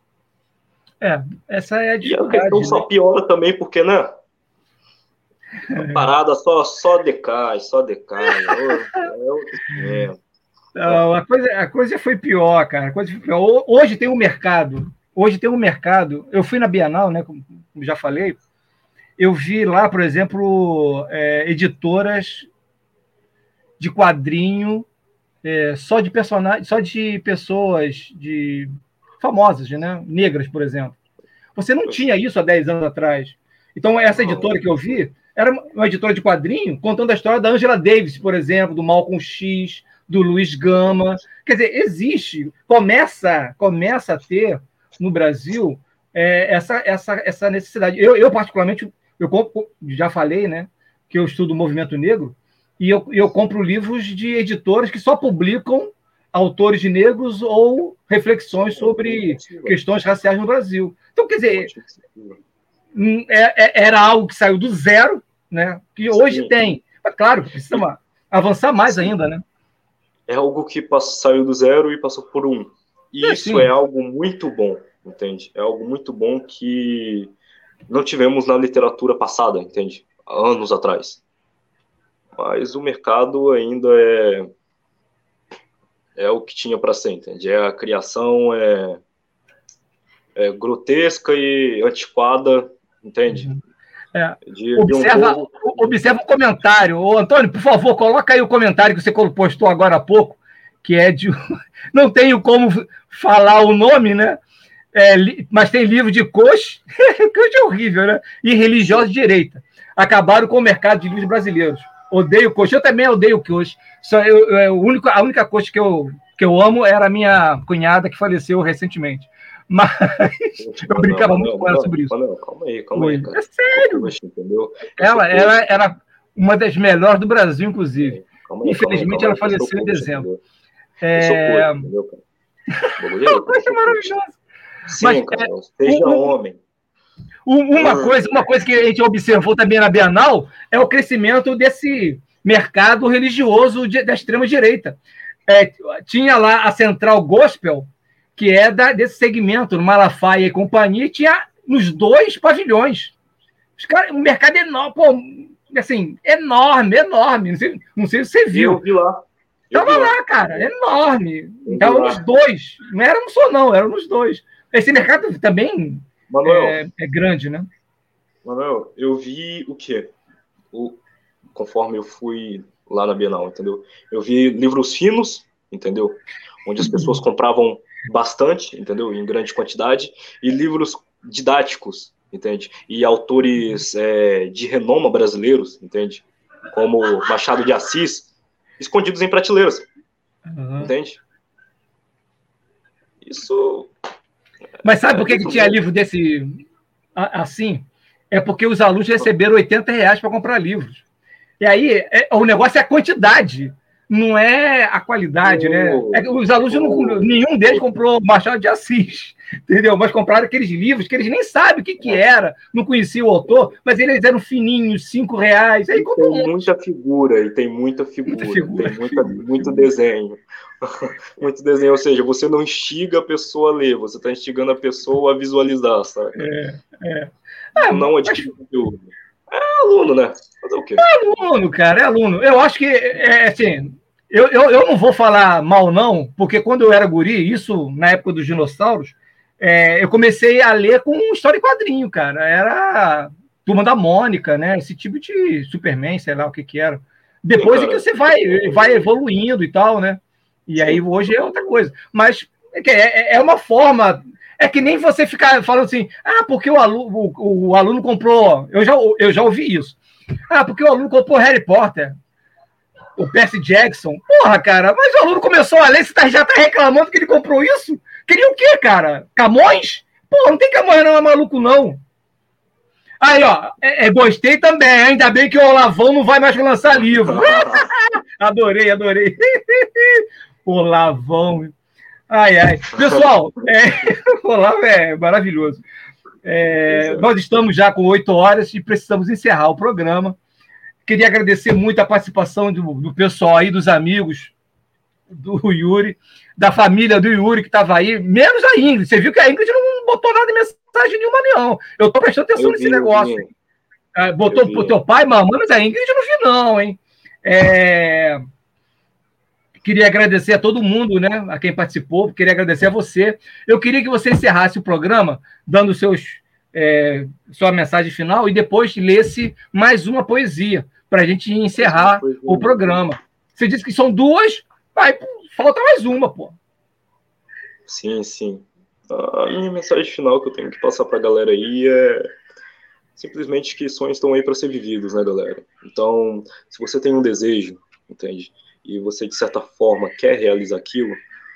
Essa é a dificuldade. E a questão só piora também porque, né? A parada só decai. Não, a coisa foi pior, cara. Hoje tem um mercado. Eu fui na Bienal, né? Como já falei. Eu vi lá, por exemplo, editoras de quadrinho só de personagens, só de pessoas famosas, né? Negras, por exemplo. Você não tinha isso há 10 anos atrás. Então, essa editora que eu vi era uma editora de quadrinho contando a história da Angela Davis, por exemplo, do Malcolm X, do Luiz Gama. Quer dizer, começa a ter no Brasil essa necessidade. Eu particularmente, já falei, né, que eu estudo o movimento negro, e eu compro livros de editoras que só publicam autores negros ou reflexões sobre questões raciais no Brasil. Então, quer dizer, era algo que saiu do zero, né, que hoje tem. Mas, claro, precisa avançar mais ainda, né? É algo que saiu do zero e passou por um. E isso é algo muito bom, entende? É algo muito bom que não tivemos na literatura passada, entende? Há anos atrás. Mas o mercado ainda é o que tinha para ser, entende? A criação grotesca e antiquada, entende? Observa o comentário. Ô, Antônio, por favor, coloca aí o comentário que você postou agora há pouco, que é de... Não tenho como falar o nome, né? Mas tem livro de coach, coach é horrível, né? E religiosa de direita. Acabaram com o mercado de livros brasileiros. Odeio coach. Eu também odeio coach. A única coach que eu amo era a minha cunhada, que faleceu recentemente. Mas eu brincava muito com ela sobre isso. Calma aí. Cara. É sério. Ela era uma das melhores do Brasil, inclusive. Infelizmente, ela faleceu em dezembro. Entendeu, cara? Coisa maravilhosa. Sim, cara, seja homem. Uma coisa que a gente observou também na Bienal é o crescimento desse mercado religioso da extrema-direita. Tinha lá a Central Gospel, que é desse segmento, no Malafaia e companhia, e tinha nos 2 pavilhões. Um mercado enorme, assim, enorme. Não sei se você viu. Eu vi lá. Estava lá, cara, enorme. Estava nos 2. Não era um só, não, era nos 2. Esse mercado também Manuel, é grande, né? Manuel, eu vi o quê? Conforme eu fui lá na Bienal, entendeu? Eu vi livros finos, entendeu? Onde as pessoas compravam bastante, entendeu? Em grande quantidade, e livros didáticos, entende? E autores de renome brasileiros, entende? Como Machado de Assis, escondidos em prateleiras, entende? Isso... Mas sabe por que tinha livro desse assim? É porque os alunos receberam R$80 para comprar livros. E aí, o negócio é a quantidade, não é a qualidade, né? Os alunos, nenhum deles comprou Machado de Assis. entendeu? Mas compraram aqueles livros que eles nem sabem o que era, não conheciam o autor, mas eles eram fininhos, R$ 5. Aí tem muita figura, tem muito desenho. Muito desenho, ou seja, você não instiga a pessoa a ler, você está instigando a pessoa a visualizar, sabe? Não adquire conteúdo. É aluno, né? Fazer o quê? É aluno, cara, é aluno. Eu acho que, assim, eu não vou falar mal, não, porque quando eu era guri, isso na época dos dinossauros, eu comecei a ler com história em quadrinho, cara. Era Turma da Mônica, né? Esse tipo de Superman, sei lá o que era. Depois é que você vai evoluindo e tal, né? E aí hoje é outra coisa. Mas é uma forma. É que nem você ficar falando assim, porque o aluno comprou. Eu já ouvi isso. Porque o aluno comprou Harry Potter, o Percy Jackson. Porra, cara, mas o aluno começou a ler, você já tá reclamando que ele comprou isso? Queria o quê, cara? Camões? Porra, não tem Camões, não é maluco, não. Aí, ó, gostei também. Ainda bem que o Olavão não vai mais lançar livro. Adorei. Olavão. Ai. Pessoal, o Olavo é maravilhoso. Nós estamos já com 8 horas e precisamos encerrar o programa. Queria agradecer muito a participação do pessoal aí, dos amigos do Yuri, da família do Yuri que estava aí, menos a Ingrid. Você viu que a Ingrid não botou nada de mensagem nenhuma, não. Eu estou prestando atenção nesse negócio. Botou pro teu pai, mamãe, mas a Ingrid não vi, não, hein? Queria agradecer a todo mundo, né? A quem participou, queria agradecer a você. Eu queria que você encerrasse o programa dando sua mensagem final e depois lesse mais uma poesia para a gente encerrar o programa. Você disse que são 2, falta mais uma, pô. Sim. A minha mensagem final que eu tenho que passar para a galera aí é simplesmente que sonhos estão aí para ser vividos, né, galera? Então, se você tem um desejo, entende? E você, de certa forma, quer realizar aquilo,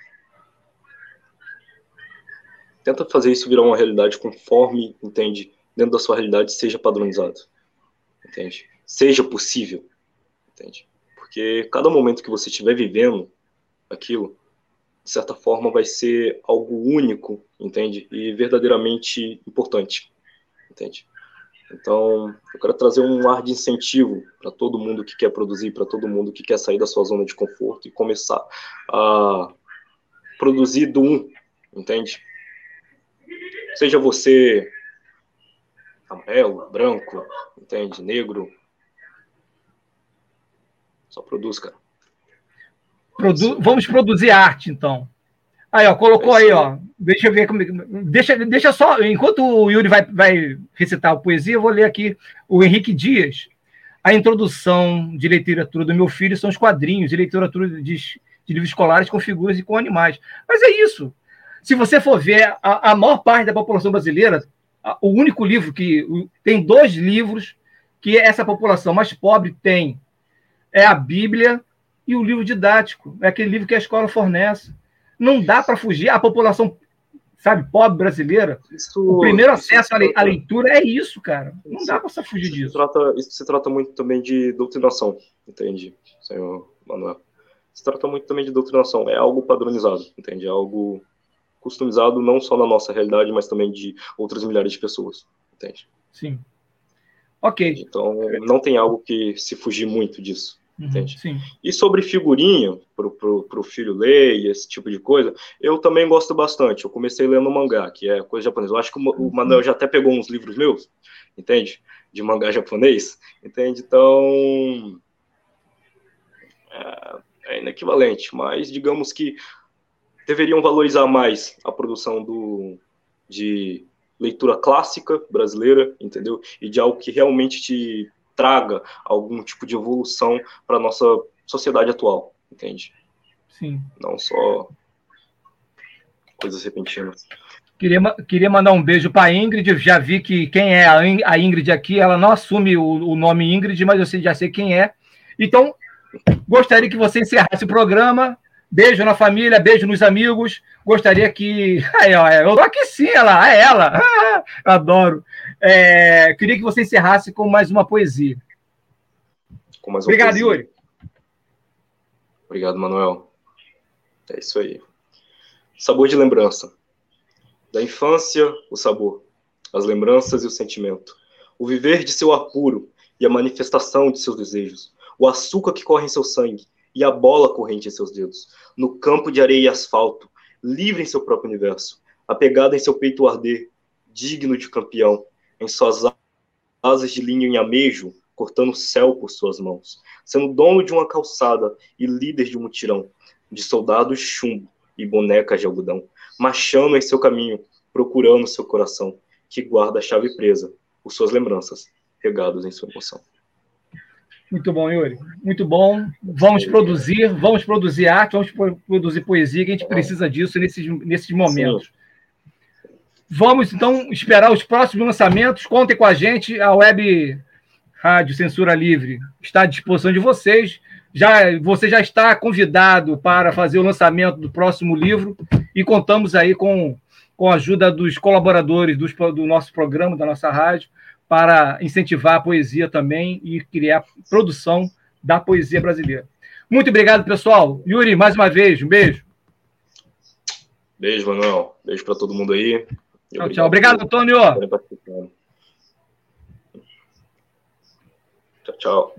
tenta fazer isso virar uma realidade conforme, entende? Dentro da sua realidade seja padronizado, entende? Seja possível, entende? Porque cada momento que você estiver vivendo aquilo, de certa forma, vai ser algo único, entende? E verdadeiramente importante, entende? Então, eu quero trazer um ar de incentivo para todo mundo que quer produzir, para todo mundo que quer sair da sua zona de conforto e começar a produzir entende? Seja você amarelo, branco, entende? Negro. Só produz, cara. Vamos produzir arte, então. Aí, ó, colocou aí, ó. Deixa eu ver comigo. Deixa só. Enquanto o Yuri vai recitar a poesia, eu vou ler aqui o Henrique Dias. A introdução de literatura do meu filho são os quadrinhos de literatura de livros escolares com figuras e com animais. Mas é isso. Se você for ver, a maior parte da população brasileira, o único livro que... Tem 2 livros que essa população mais pobre tem. É a Bíblia e o livro didático. É aquele livro que a escola fornece. Não dá para fugir. A população, sabe, pobre brasileira, o primeiro acesso à leitura é isso, cara. Não dá para fugir disso. Isso se trata muito também de doutrinação, entende, senhor Manuel? Se trata muito também de doutrinação. É algo padronizado, entende? É algo customizado não só na nossa realidade, mas também de outras milhares de pessoas, entende? Sim. Ok. Então, não tem algo que se fugir muito disso. Entende? Sim. E sobre figurinha, pro filho ler e esse tipo de coisa, eu também gosto bastante. Eu comecei lendo mangá, que é coisa japonesa. Eu acho que o Manuel já até pegou uns livros meus, entende? De mangá japonês, entende? Então, é inequivalente, mas digamos que deveriam valorizar mais a produção de leitura clássica brasileira, entendeu? E de algo que realmente te traga algum tipo de evolução para a nossa sociedade atual, entende? Sim. Não só coisas repentinas. Queria mandar um beijo para a Ingrid. Já vi que quem é a Ingrid aqui, ela não assume o nome Ingrid, mas eu já sei quem é. Então, gostaria que você encerrasse o programa. Beijo na família, beijo nos amigos. Gostaria que... eu tô aqui sim, ela. Adoro. Queria que você encerrasse com mais uma poesia. Obrigado, Yuri. Obrigado, Manuel. É isso aí. Sabor de lembrança. Da infância, o sabor, as lembranças e o sentimento, o viver de seu apuro e a manifestação de seus desejos, o açúcar que corre em seu sangue e a bola corrente em seus dedos, no campo de areia e asfalto, livre em seu próprio universo, apegado em seu peito arder, digno de campeão, em suas asas de linho em amejo, cortando o céu por suas mãos, sendo dono de uma calçada e líder de um mutirão, de soldados de chumbo e bonecas de algodão, marchando em seu caminho, procurando seu coração, que guarda a chave presa, por suas lembranças, regados em sua emoção. Muito bom, Yuri. Muito bom. Vamos produzir arte, vamos produzir poesia, que a gente precisa disso nesses momentos. Sim. Vamos, então, esperar os próximos lançamentos. Contem com a gente. A Web Rádio Censura Livre está à disposição de vocês. Você já está convidado para fazer o lançamento do próximo livro e contamos aí com a ajuda dos colaboradores do nosso programa, da nossa rádio, para incentivar a poesia também e criar produção da poesia brasileira. Muito obrigado, pessoal. Yuri, mais uma vez, um beijo. Beijo, Manuel. Beijo para todo mundo aí. Tchau, tchau. Obrigado, Antônio. Tchau, tchau.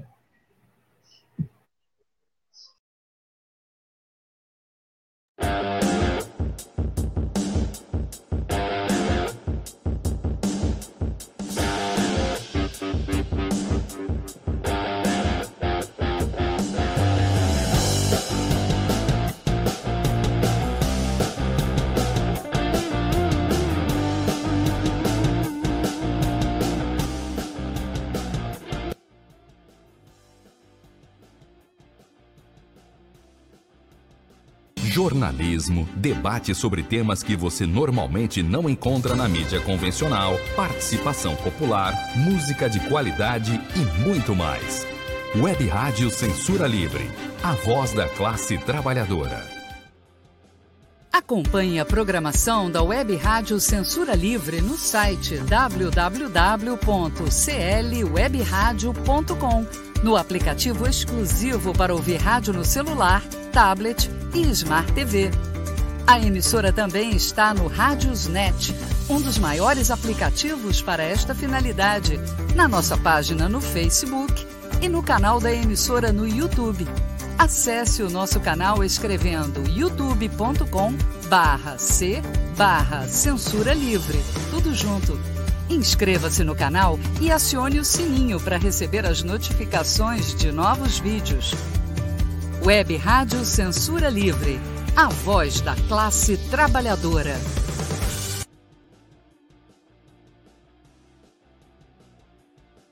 Jornalismo, debate sobre temas que você normalmente não encontra na mídia convencional, participação popular, música de qualidade e muito mais. Web Rádio Censura Livre, a voz da classe trabalhadora. Acompanhe a programação da Web Rádio Censura Livre no site www.clwebradio.com, no aplicativo exclusivo para ouvir rádio no celular, tablet e Smart TV. A emissora também está no Radiosnet, um dos maiores aplicativos para esta finalidade, na nossa página no Facebook e no canal da emissora no YouTube. Acesse o nosso canal escrevendo youtube.com/c/censura livre, tudo junto. Inscreva-se no canal e acione o sininho para receber as notificações de novos vídeos. Web Rádio Censura Livre, a voz da classe trabalhadora.